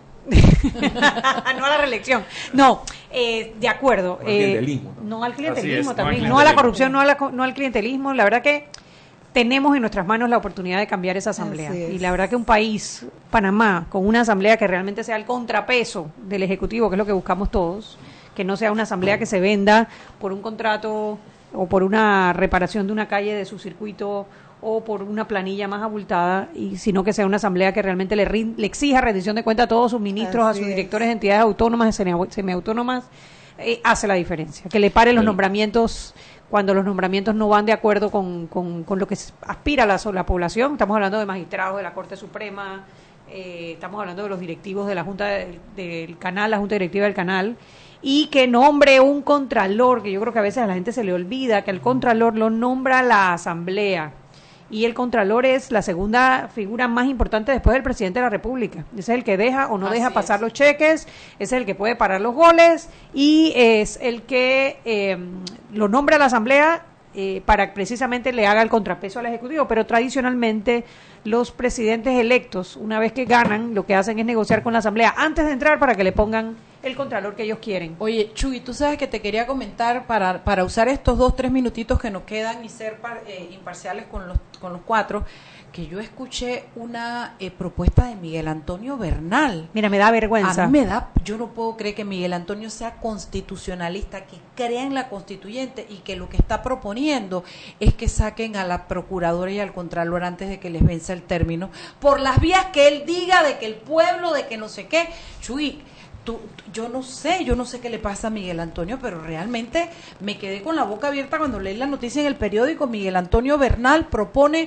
no a la reelección. No, eh, de acuerdo. Al clientelismo, eh, no al clientelismo Así es, también, no al no a la clientelismo. corrupción, no, a la, no al clientelismo. La verdad que tenemos en nuestras manos la oportunidad de cambiar esa asamblea. Así es. Y la verdad que un país, Panamá, con una asamblea que realmente sea el contrapeso del Ejecutivo, que es lo que buscamos todos, que no sea una asamblea que se venda por un contrato o por una reparación de una calle de su circuito o por una planilla más abultada, y sino que sea una asamblea que realmente le, rin- le exija rendición de cuenta a todos sus ministros, Así a sus es. directores de entidades autónomas, semi- semiautónomas, eh, hace la diferencia. Que le pare los Pero- nombramientos cuando los nombramientos no van de acuerdo con, con, con lo que aspira la, la población. Estamos hablando de magistrados de la Corte Suprema, eh, estamos hablando de los directivos de la Junta de- del Canal, la Junta Directiva del Canal, y que nombre un contralor, que yo creo que a veces a la gente se le olvida que el contralor lo nombra la Asamblea. Y el contralor es la segunda figura más importante después del presidente de la República. Ese es el que deja o no Así deja pasar es. los cheques, es el que puede parar los goles y es el que eh, lo nombra la Asamblea eh, para que precisamente le haga el contrapeso al Ejecutivo. Pero tradicionalmente los presidentes electos, una vez que ganan, lo que hacen es negociar con la Asamblea antes de entrar para que le pongan el contralor que ellos quieren. Oye, Chuy, tú sabes que te quería comentar para, para usar estos dos, tres minutitos que nos quedan y ser par- eh, imparciales con los, con los cuatro, que yo escuché una eh, propuesta de Miguel Antonio Bernal. Mira, me da vergüenza. A mí me da, yo no puedo creer que Miguel Antonio sea constitucionalista, que crea en la constituyente y que lo que está proponiendo es que saquen a la procuradora y al contralor antes de que les venza el término, por las vías que él diga, de que el pueblo, de que no sé qué. Chuy, Tú, yo no sé, yo no sé qué le pasa a Miguel Antonio, pero realmente me quedé con la boca abierta cuando leí la noticia en el periódico. Miguel Antonio Bernal propone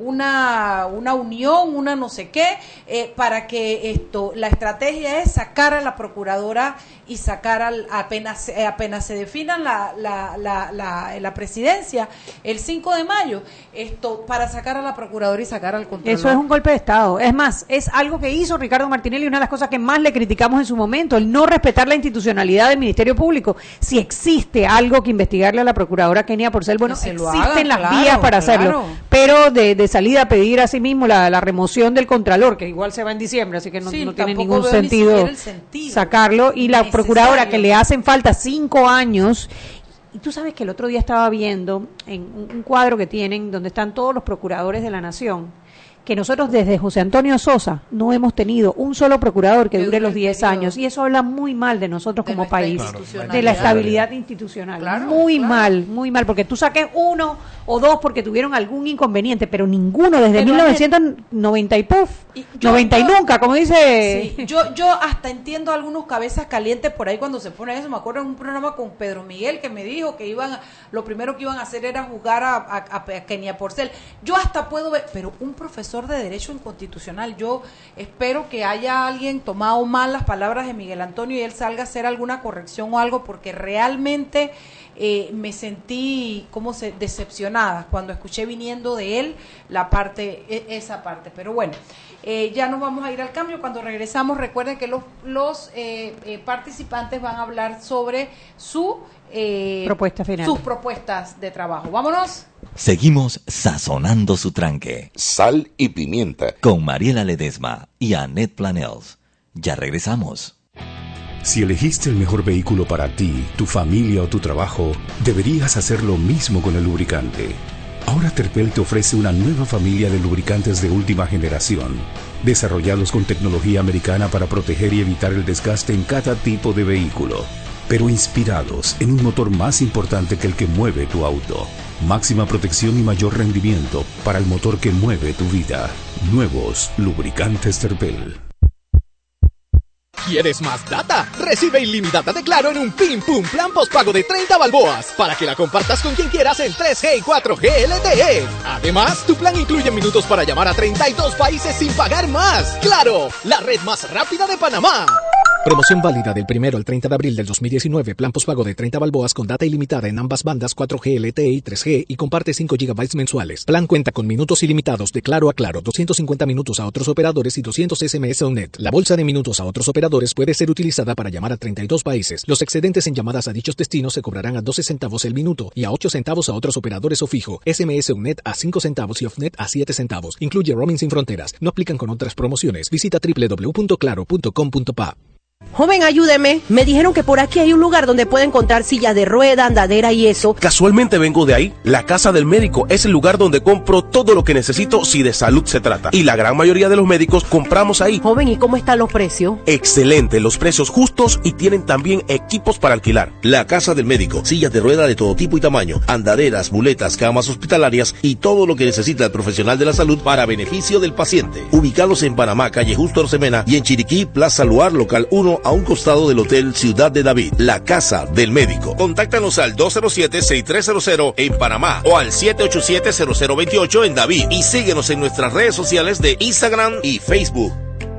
una, una unión, una no sé qué, eh, para que esto, la estrategia es sacar a la procuradora y sacar al, apenas, eh, apenas se definan la, la, la, la, la presidencia el cinco de mayo, esto para sacar a la procuradora y sacar al contralor. Eso es un golpe de Estado. Es más, es algo que hizo Ricardo Martinelli, una de las cosas que más le criticamos en su momento, el no respetar la institucionalidad del Ministerio Público. Si existe algo que investigarle a la procuradora Kenia Porcel, bueno, Que se lo existen hagan, las claro, vías para claro. hacerlo. Pero de, de salida a pedir a sí mismo la, la remoción del contralor, que igual se va en diciembre, así que no, Sí, no tiene tampoco ningún veo ni sentido, siquiera el sentido sacarlo. Y la necesario. procuradora, que le hacen falta cinco años. Y tú sabes que el otro día estaba viendo en un, un cuadro que tienen donde están todos los procuradores de la nación, que nosotros desde José Antonio Sosa no hemos tenido un solo procurador que dure los diez años, y eso habla muy mal de nosotros De como nuestra país, institucionalidad. de la estabilidad institucional. Claro, muy claro. mal, muy mal, porque tú saques uno o dos porque tuvieron algún inconveniente, pero ninguno desde Pero, mil novecientos noventa y puff, yo- noventa y yo- nunca, como dice... Sí, yo, yo hasta entiendo algunos cabezas calientes por ahí cuando se pone eso. Me acuerdo en un programa con Pedro Miguel que me dijo que iban a- lo primero que iban a hacer era jugar a, a, a- a Kenia Porcel. Yo hasta puedo ver, pero un profesor de Derecho Inconstitucional, yo espero que haya alguien tomado mal las palabras de Miguel Antonio y él salga a hacer alguna corrección o algo, porque realmente eh, me sentí como se decepcionada cuando escuché viniendo de él la parte, e- esa parte. Pero bueno, eh, ya nos vamos a ir al cambio. Cuando regresamos, recuerden que los, los eh, eh, participantes van a hablar sobre su eh, Propuesta final. sus propuestas de trabajo. Vámonos. Seguimos sazonando su tranque. Sal y pimienta. Con Mariela Ledesma y Annette Planels. Ya regresamos. Si elegiste el mejor vehículo para ti, tu familia o tu trabajo, deberías hacer lo mismo con el lubricante. Ahora Terpel te ofrece una nueva familia de lubricantes de última generación, desarrollados con tecnología americana para proteger y evitar el desgaste en cada tipo de vehículo, pero inspirados en un motor más importante que el que mueve tu auto. Máxima protección y mayor rendimiento para el motor que mueve tu vida. Nuevos lubricantes Terpel. ¿Quieres más data? Recibe ilimitada de Claro en un Pim Pum Plan postpago de treinta balboas para que la compartas con quien quieras en tres G y cuatro G L T E. Además, tu plan incluye minutos para llamar a treinta y dos países sin pagar más. ¡Claro! La red más rápida de Panamá. Promoción válida del primero al treinta de abril del dos mil diecinueve. Plan postpago de treinta balboas con data ilimitada en ambas bandas cuatro G L T E y tres G y comparte cinco gigabytes mensuales. Plan cuenta con minutos ilimitados de Claro a Claro, doscientos cincuenta minutos a otros operadores y doscientos S M S o net. La bolsa de minutos a otros operadores puede ser utilizada para llamar a treinta y dos países. Los excedentes en llamadas a dichos destinos se cobrarán a doce centavos el minuto y a ocho centavos a otros operadores o fijo. S M S o net a cinco centavos y off-net a siete centavos. Incluye roaming sin fronteras. No aplican con otras promociones. Visita doble u doble u doble u punto claro punto com punto pa. Joven, ayúdeme. Me dijeron que por aquí hay un lugar donde puede encontrar sillas de rueda, andadera y eso. Casualmente vengo de ahí. La Casa del Médico es el lugar donde compro todo lo que necesito si de salud se trata. Y la gran mayoría de los médicos compramos ahí. Joven, ¿y cómo están los precios? Excelente, los precios justos y tienen también equipos para alquilar. La Casa del Médico, sillas de rueda de todo tipo y tamaño, andaderas, muletas, camas hospitalarias y todo lo que necesita el profesional de la salud para beneficio del paciente. Ubicados en Panamá, calle Justo Rosemena y en Chiriquí, Plaza Luar, local uno a un costado del Hotel Ciudad de David. La Casa del Médico. Contáctanos al dos cero siete, seis tres cero cero en Panamá o al siete ocho siete, cero cero dos ocho en David y síguenos en nuestras redes sociales de Instagram y Facebook.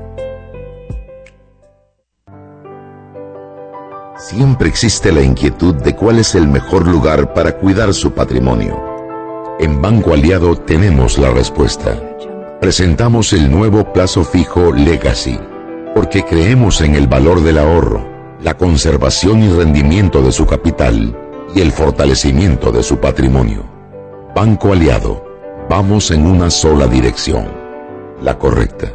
Siempre existe la inquietud de cuál es el mejor lugar para cuidar su patrimonio. En Banco Aliado tenemos la respuesta. Presentamos el nuevo plazo fijo Legacy, porque creemos en el valor del ahorro, la conservación y rendimiento de su capital y el fortalecimiento de su patrimonio. Banco Aliado, vamos en una sola dirección, la correcta.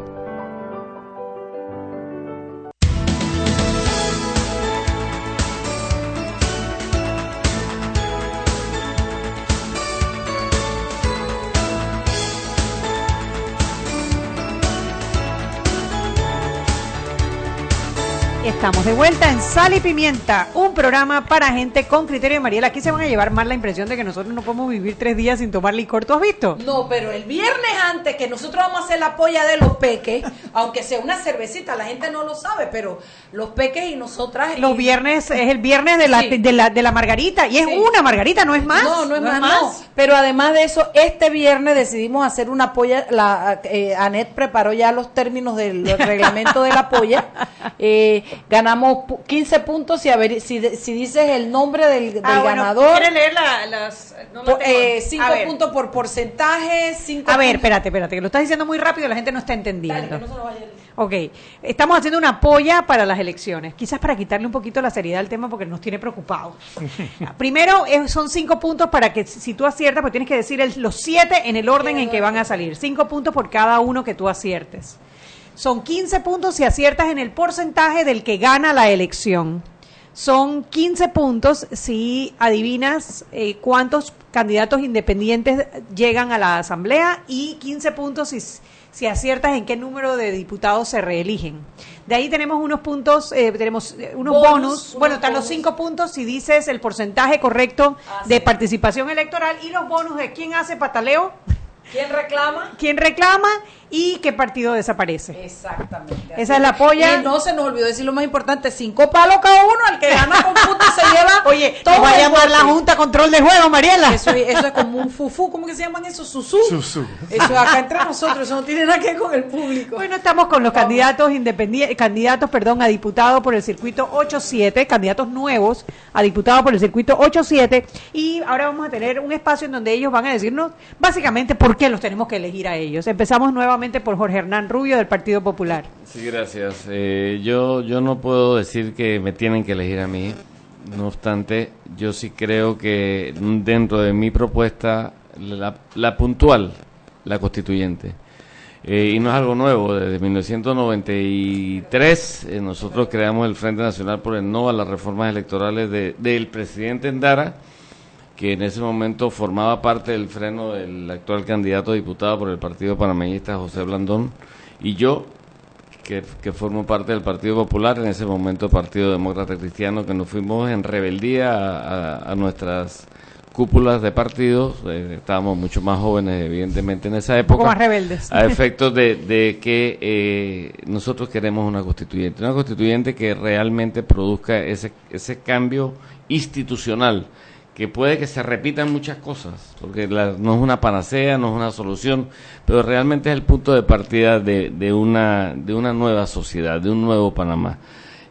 Estamos de vuelta en Sal y Pimienta, un programa para gente con criterio. Mariela, aquí se van a llevar más la impresión de que nosotros no podemos vivir tres días sin tomar licor. ¿Tú has visto? No, pero el viernes antes, que nosotros vamos a hacer la polla de los peques, aunque sea una cervecita, la gente no lo sabe, pero los peques y nosotras... Los y, viernes es el viernes de la, sí. de la, de la margarita, y es sí. una margarita, no es más. No, no es, no más, es más. No. Pero además de eso, este viernes decidimos hacer una polla, la eh, Anet preparó ya los términos del reglamento de la polla, eh, ganamos quince puntos si, ver, si, si dices el nombre del, del ah, ganador. Bueno, ¿quieres leer la, las...? No por, eh, cinco puntos por porcentaje, cinco A ver, puntos. espérate, espérate, que lo estás diciendo muy rápido y la gente no está entendiendo. Dale, que no se lo vaya a decir. Ok, estamos haciendo una polla para las elecciones, quizás para quitarle un poquito la seriedad al tema porque nos tiene preocupados. Primero, eh, son cinco puntos para que si tú aciertas, pues tienes que decir el, los siete en el orden en que van a salir. Cinco puntos por cada uno que tú aciertes. Son quince puntos si aciertas en el porcentaje del que gana la elección. Son quince puntos si adivinas eh, cuántos candidatos independientes llegan a la asamblea y quince puntos si, si aciertas en qué número de diputados se reeligen. De ahí tenemos unos puntos, eh, tenemos unos bonus. bonus. Bueno, están los cinco puntos si dices el porcentaje correcto ah, de sí. participación electoral y los bonus de quién hace pataleo. ¿Quién reclama? ¿Quién reclama y qué partido desaparece? Exactamente. Esa es la polla. Y no se nos olvidó decir lo más importante, cinco palos cada uno, al que gana con puntos se lleva. Oye, todo va a llamar la Junta Control de Juego, Mariela. Eso, eso es como un fufú, ¿cómo que se llaman esos? Susú. Susú. Eso es acá entre nosotros, eso no tiene nada que ver con el público. Bueno, estamos con los Vamos. candidatos independientes, candidatos, perdón, a diputado por el circuito ocho siete, candidatos nuevos a diputado por el circuito ocho siete, y ahora vamos a tener un espacio en donde ellos van a decirnos básicamente por qué los tenemos que elegir a ellos. Empezamos nuevamente por Jorge Hernán Rubio del Partido Popular. Sí, gracias. Eh, yo, yo no puedo decir que me tienen que elegir a mí. No obstante, yo sí creo que dentro de mi propuesta, la, la puntual, la constituyente, eh, y no es algo nuevo, desde mil novecientos noventa y tres eh, nosotros creamos el Frente Nacional por el No a las reformas electorales de, del presidente Endara, que en ese momento formaba parte del freno del actual candidato a diputado por el Partido Panameñista, José Blandón, y yo, que, que formo parte del Partido Popular, en ese momento Partido Demócrata Cristiano, que nos fuimos en rebeldía a, a, a nuestras cúpulas de partidos, eh, estábamos mucho más jóvenes evidentemente en esa época, un poco más rebeldes, a efectos de, de que eh, nosotros queremos una constituyente, una constituyente que realmente produzca ese, ese cambio institucional, que puede que se repitan muchas cosas, porque la, no es una panacea, no es una solución, pero realmente es el punto de partida de, de una de una nueva sociedad, de un nuevo Panamá.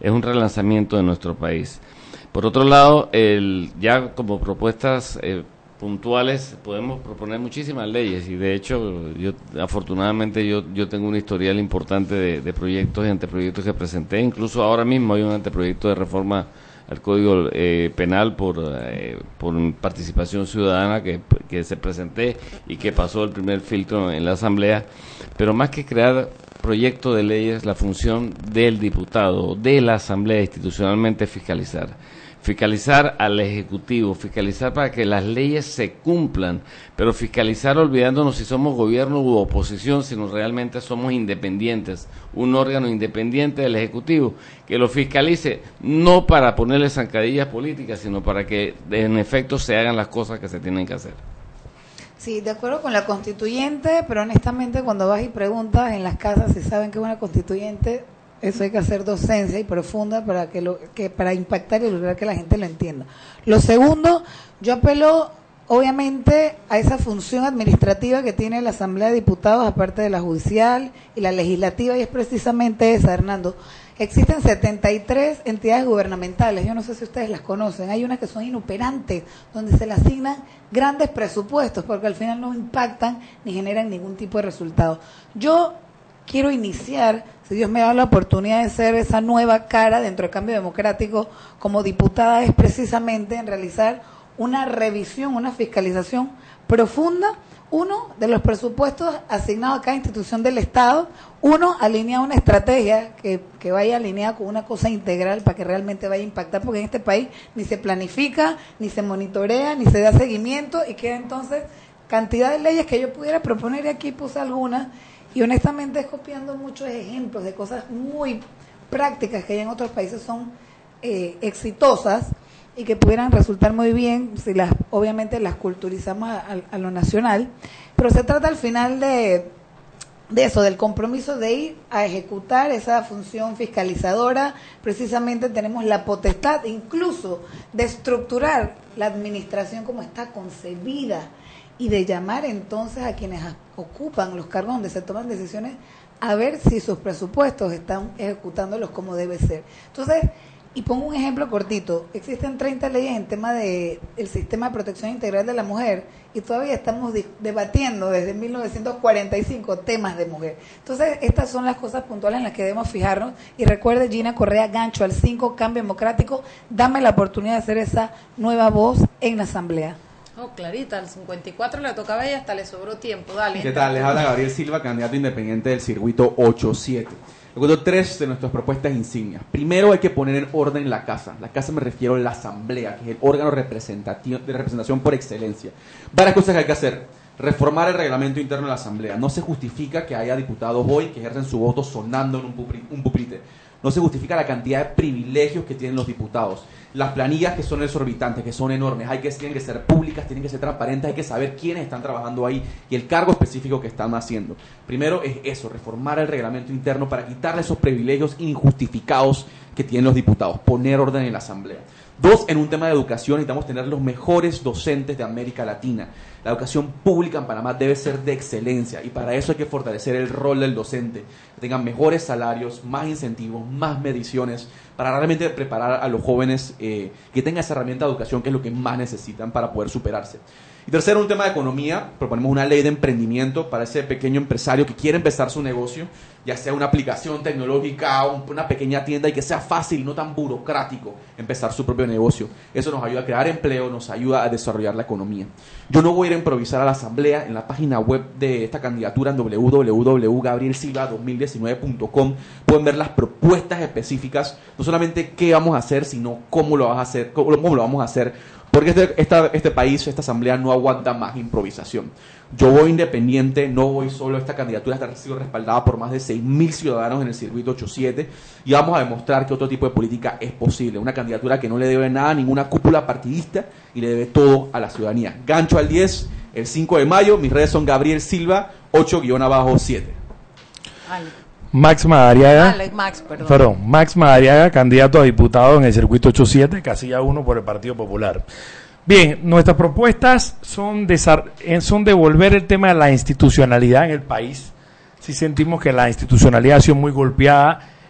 es un relanzamiento de nuestro país. Por otro lado, el, ya como propuestas eh, puntuales podemos proponer muchísimas leyes y de hecho yo afortunadamente yo yo tengo un historial importante de, de proyectos y anteproyectos que presenté, incluso ahora mismo hay un anteproyecto de reforma al Código eh, Penal por eh, por participación ciudadana que, que se presenté y que pasó el primer filtro en la Asamblea, pero más que crear proyecto de leyes, la función del diputado, de la Asamblea institucionalmente es fiscalizar. Fiscalizar al Ejecutivo, fiscalizar para que las leyes se cumplan, pero fiscalizar olvidándonos si somos gobierno u oposición, sino realmente somos independientes, un órgano independiente del Ejecutivo, que lo fiscalice, no para ponerle zancadillas políticas, sino para que en efecto se hagan las cosas que se tienen que hacer. Sí, de acuerdo con la constituyente, pero honestamente cuando vas y preguntas en las casas si saben que es una constituyente, eso hay que hacer docencia y profunda para que lo que para impactar y lograr que la gente lo entienda. Lo segundo, yo apelo obviamente a esa función administrativa que tiene la Asamblea de Diputados, aparte de la judicial y la legislativa, y es precisamente esa, Hernando. Existen setenta y tres entidades gubernamentales, yo no sé si ustedes las conocen, hay unas que son inoperantes, donde se le asignan grandes presupuestos, porque al final no impactan ni generan ningún tipo de resultado. Yo quiero iniciar, si Dios me da la oportunidad de ser esa nueva cara dentro del Cambio Democrático como diputada, es precisamente en realizar una revisión, una fiscalización profunda, uno, de los presupuestos asignados a cada institución del Estado, uno, alinear una estrategia que, que vaya alineada con una cosa integral para que realmente vaya a impactar, porque en este país ni se planifica, ni se monitorea, ni se da seguimiento, y queda entonces cantidad de leyes que yo pudiera proponer, y aquí puse algunas, y honestamente es copiando muchos ejemplos de cosas muy prácticas que ya en otros países son eh, exitosas y que pudieran resultar muy bien si las obviamente las culturizamos a, a, a lo nacional, pero se trata al final de, de eso, del compromiso de ir a ejecutar esa función fiscalizadora. Precisamente tenemos la potestad incluso de estructurar la administración como está concebida y de llamar entonces a quienes ocupan los cargos donde se toman decisiones a ver si sus presupuestos están ejecutándolos como debe ser. Entonces, y pongo un ejemplo cortito, existen treinta leyes en tema de el sistema de protección integral de la mujer y todavía estamos debatiendo desde mil novecientos cuarenta y cinco temas de mujer. Entonces, estas son las cosas puntuales en las que debemos fijarnos, y recuerde, Gina Correa, gancho al cinco, Cambio Democrático, dame la oportunidad de hacer esa nueva voz en la Asamblea. Oh, Clarita, al cincuenta y cuatro le tocaba y hasta le sobró tiempo. Dale. ¿Qué tal? Les habla Gabriel Silva, candidato independiente del circuito ocho siete. Recuerdo tres de nuestras propuestas insignias. Primero, hay que poner en orden la casa. La casa me refiero a la Asamblea, que es el órgano representativo de representación por excelencia. Varias cosas que hay que hacer. Reformar el reglamento interno de la Asamblea. No se justifica que haya diputados hoy que ejercen su voto sonando en un pupitre. No se justifica la cantidad de privilegios que tienen los diputados. Las planillas que son exorbitantes, que son enormes, hay que, tienen que ser públicas, tienen que ser transparentes, hay que saber quiénes están trabajando ahí y el cargo específico que están haciendo. Primero es eso, reformar el reglamento interno para quitarle esos privilegios injustificados que tienen los diputados, poner orden en la Asamblea. Dos, en un tema de educación, necesitamos tener los mejores docentes de América Latina. La educación pública en Panamá debe ser de excelencia y para eso hay que fortalecer el rol del docente, que tengan mejores salarios, más incentivos, más mediciones, para realmente preparar a los jóvenes eh, que tengan esa herramienta de educación que es lo que más necesitan para poder superarse. Y tercero, un tema de economía, proponemos una ley de emprendimiento para ese pequeño empresario que quiere empezar su negocio, ya sea una aplicación tecnológica o una pequeña tienda, y que sea fácil y no tan burocrático empezar su propio negocio. Eso nos ayuda a crear empleo, nos ayuda a desarrollar la economía. Yo no voy a ir a improvisar a la Asamblea. En la página web de esta candidatura, en doble u doble u doble u punto gabriel silva dos mil diecinueve punto com, pueden ver las propuestas específicas, no solamente qué vamos a hacer, sino cómo lo, vas a hacer, cómo, cómo lo vamos a hacer, porque este, esta, este país, esta Asamblea no aguanta más improvisación. Yo voy independiente, no voy solo. Esta candidatura está sido respaldada por más de seis mil ciudadanos en el circuito ocho siete y vamos a demostrar que otro tipo de política es posible. Una candidatura que no le debe nada a ninguna cúpula partidista y le debe todo a la ciudadanía. Gancho al diez, el cinco de mayo. Mis redes son Gabriel Silva, ocho guión abajo siete. Max Madariaga, Alex, Max, perdón. perdón, Max Madariaga, candidato a diputado en el circuito ocho siete, casilla uno por el Partido Popular. Bien, nuestras propuestas son, de, son devolver el tema de la institucionalidad en el país. Si sentimos que la institucionalidad ha sido muy golpeada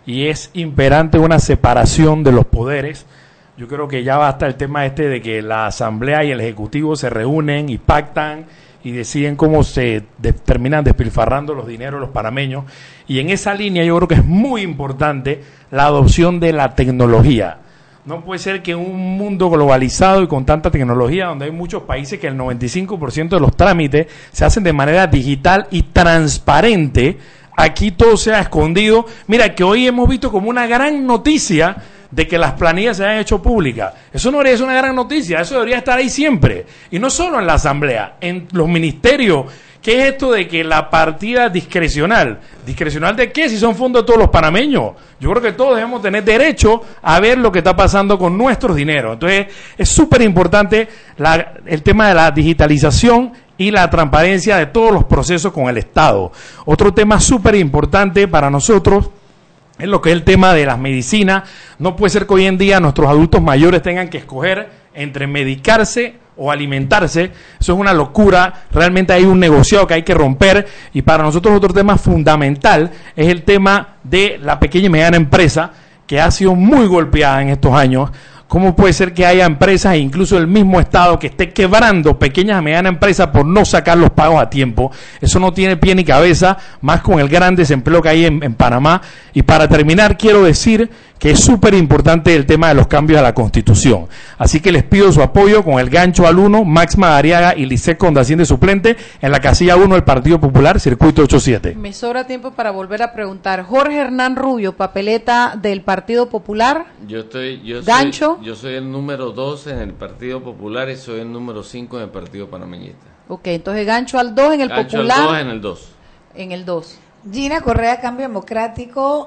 y es imperante una separación de los poderes. Yo creo que ya basta el tema este de que la Asamblea y el Ejecutivo se reúnen y pactan y deciden cómo se de, terminan despilfarrando los dineros de los panameños. Y en esa línea yo creo que es muy importante la adopción de la tecnología. No puede ser que en un mundo globalizado y con tanta tecnología, donde hay muchos países que el noventa y cinco por ciento de los trámites se hacen de manera digital y transparente, aquí todo sea escondido. Mira, que hoy hemos visto como una gran noticia de que las planillas se hayan hecho públicas. Eso no debería ser una gran noticia, eso debería estar ahí siempre. Y no solo en la Asamblea, en los ministerios. ¿Qué es esto de que la partida discrecional? ¿Discrecional de qué? Si son fondos de todos los panameños. Yo creo que todos debemos tener derecho a ver lo que está pasando con nuestros dineros. Entonces, es súper importante la, el tema de la digitalización y la transparencia de todos los procesos con el Estado. Otro tema súper importante para nosotros es lo que es el tema de las medicinas. No puede ser que hoy en día nuestros adultos mayores tengan que escoger entre medicarse o alimentarse. Eso es una locura. Realmente hay un negociado que hay que romper, y para nosotros otro tema fundamental es el tema de la pequeña y mediana empresa, que ha sido muy golpeada en estos años. ¿Cómo puede ser que haya empresas e incluso el mismo Estado que esté quebrando pequeñas y medianas empresas por no sacar los pagos a tiempo? Eso no tiene pie ni cabeza, más con el gran desempleo que hay en, en Panamá. Y para terminar, quiero decir que es súper importante el tema de los cambios a la Constitución. Así que les pido su apoyo con el gancho al uno, Max Madariaga y Lisset Condacín de suplente, en la casilla uno del Partido Popular, circuito ochenta y siete. Me sobra tiempo para volver a preguntar. Jorge Hernán Rubio, papeleta del Partido Popular. Yo estoy, yo gancho. Soy, yo soy el número dos en el Partido Popular y soy el número cinco en el Partido Panameñista. Ok, entonces gancho al dos en el gancho Popular. Gancho al dos en el dos. En el dos. Gina Correa, Cambio Democrático,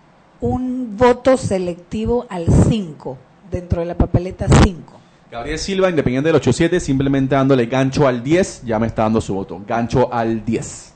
un voto selectivo al cinco, dentro de la papeleta cinco. Gabriel Silva, independiente del ochenta y siete, simplemente dándole gancho al diez, ya me está dando su voto. Gancho al diez.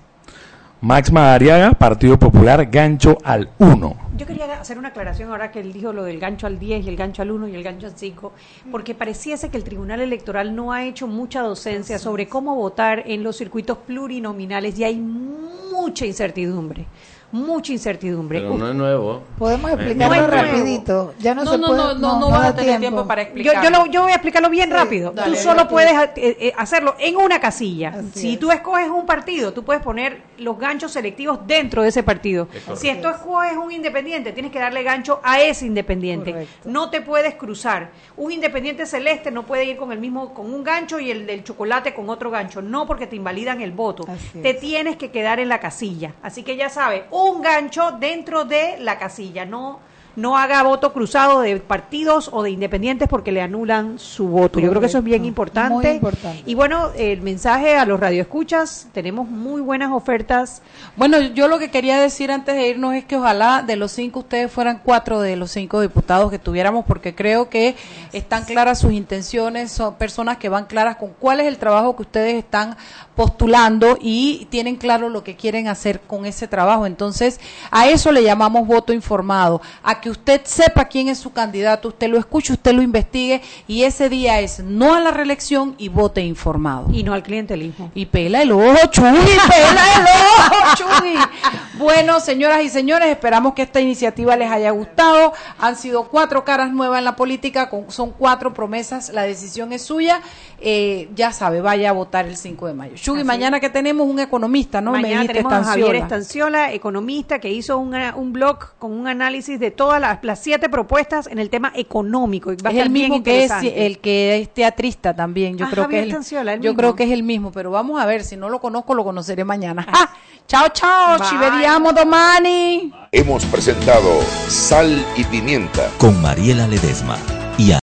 Max Madariaga, Partido Popular, gancho al uno. Yo quería hacer una aclaración ahora que él dijo lo del gancho al diez y el gancho al uno y el gancho al cinco, porque pareciese que el Tribunal Electoral no ha hecho mucha docencia sobre cómo votar en los circuitos plurinominales y hay mucha incertidumbre. Mucha incertidumbre. Pero no es nuevo. Podemos explicarlo no rapidito. Ya no, no, se no, puede, no, no, no, no vas a tener tiempo, tiempo para explicarlo. Yo, yo, lo, yo voy a explicarlo bien sí, rápido. Dale, tú solo puedes eh, eh, hacerlo en una casilla. Así si es. Tú escoges un partido, tú puedes poner los ganchos selectivos dentro de ese partido. Si tú escoges un independiente, tienes que darle gancho a ese independiente. Correcto. No te puedes cruzar. Un independiente celeste no puede ir con el mismo, con un gancho y el del chocolate con otro gancho. No, porque te invalidan el voto. Así te es. Tienes que quedar en la casilla. Así que ya sabes, un gancho dentro de la casilla, no no haga voto cruzado de partidos o de independientes porque le anulan su voto. Correcto. Yo creo que eso es bien importante. Muy importante. Y bueno, el mensaje a los radioescuchas, tenemos muy buenas ofertas. Bueno, yo lo que quería decir antes de irnos es que ojalá de los cinco ustedes fueran cuatro de los cinco diputados que tuviéramos, porque creo que están claras sus intenciones, son personas que van claras con cuál es el trabajo que ustedes están postulando y tienen claro lo que quieren hacer con ese trabajo. Entonces, a eso le llamamos voto informado, a que usted sepa quién es su candidato, usted lo escuche, usted lo investigue, y ese día es no a la reelección y vote informado. Y no al clientelismo. Y pela el ojo, Chuy, pela el ojo, Chuy. Bueno, señoras y señores, esperamos que esta iniciativa les haya gustado. Han sido cuatro caras nuevas en la política, con, son cuatro promesas, la decisión es suya. Eh, ya sabe, vaya a votar el cinco de mayo. Chuy, mañana que tenemos un economista, ¿no? Mañana Me tenemos a Javier Estanciola, economista, que hizo una, un blog con un análisis de todas las, las siete propuestas en el tema económico. Y va es a el bien mismo que es el que es teatrista también. Yo ah, creo Javier que es Estanciola, el yo mismo. creo que es el mismo, pero vamos a ver, si no lo conozco lo conoceré mañana. Ah, chao, chao, ci vediamo domani. Hemos presentado Sal y Pimienta con Mariela Ledesma.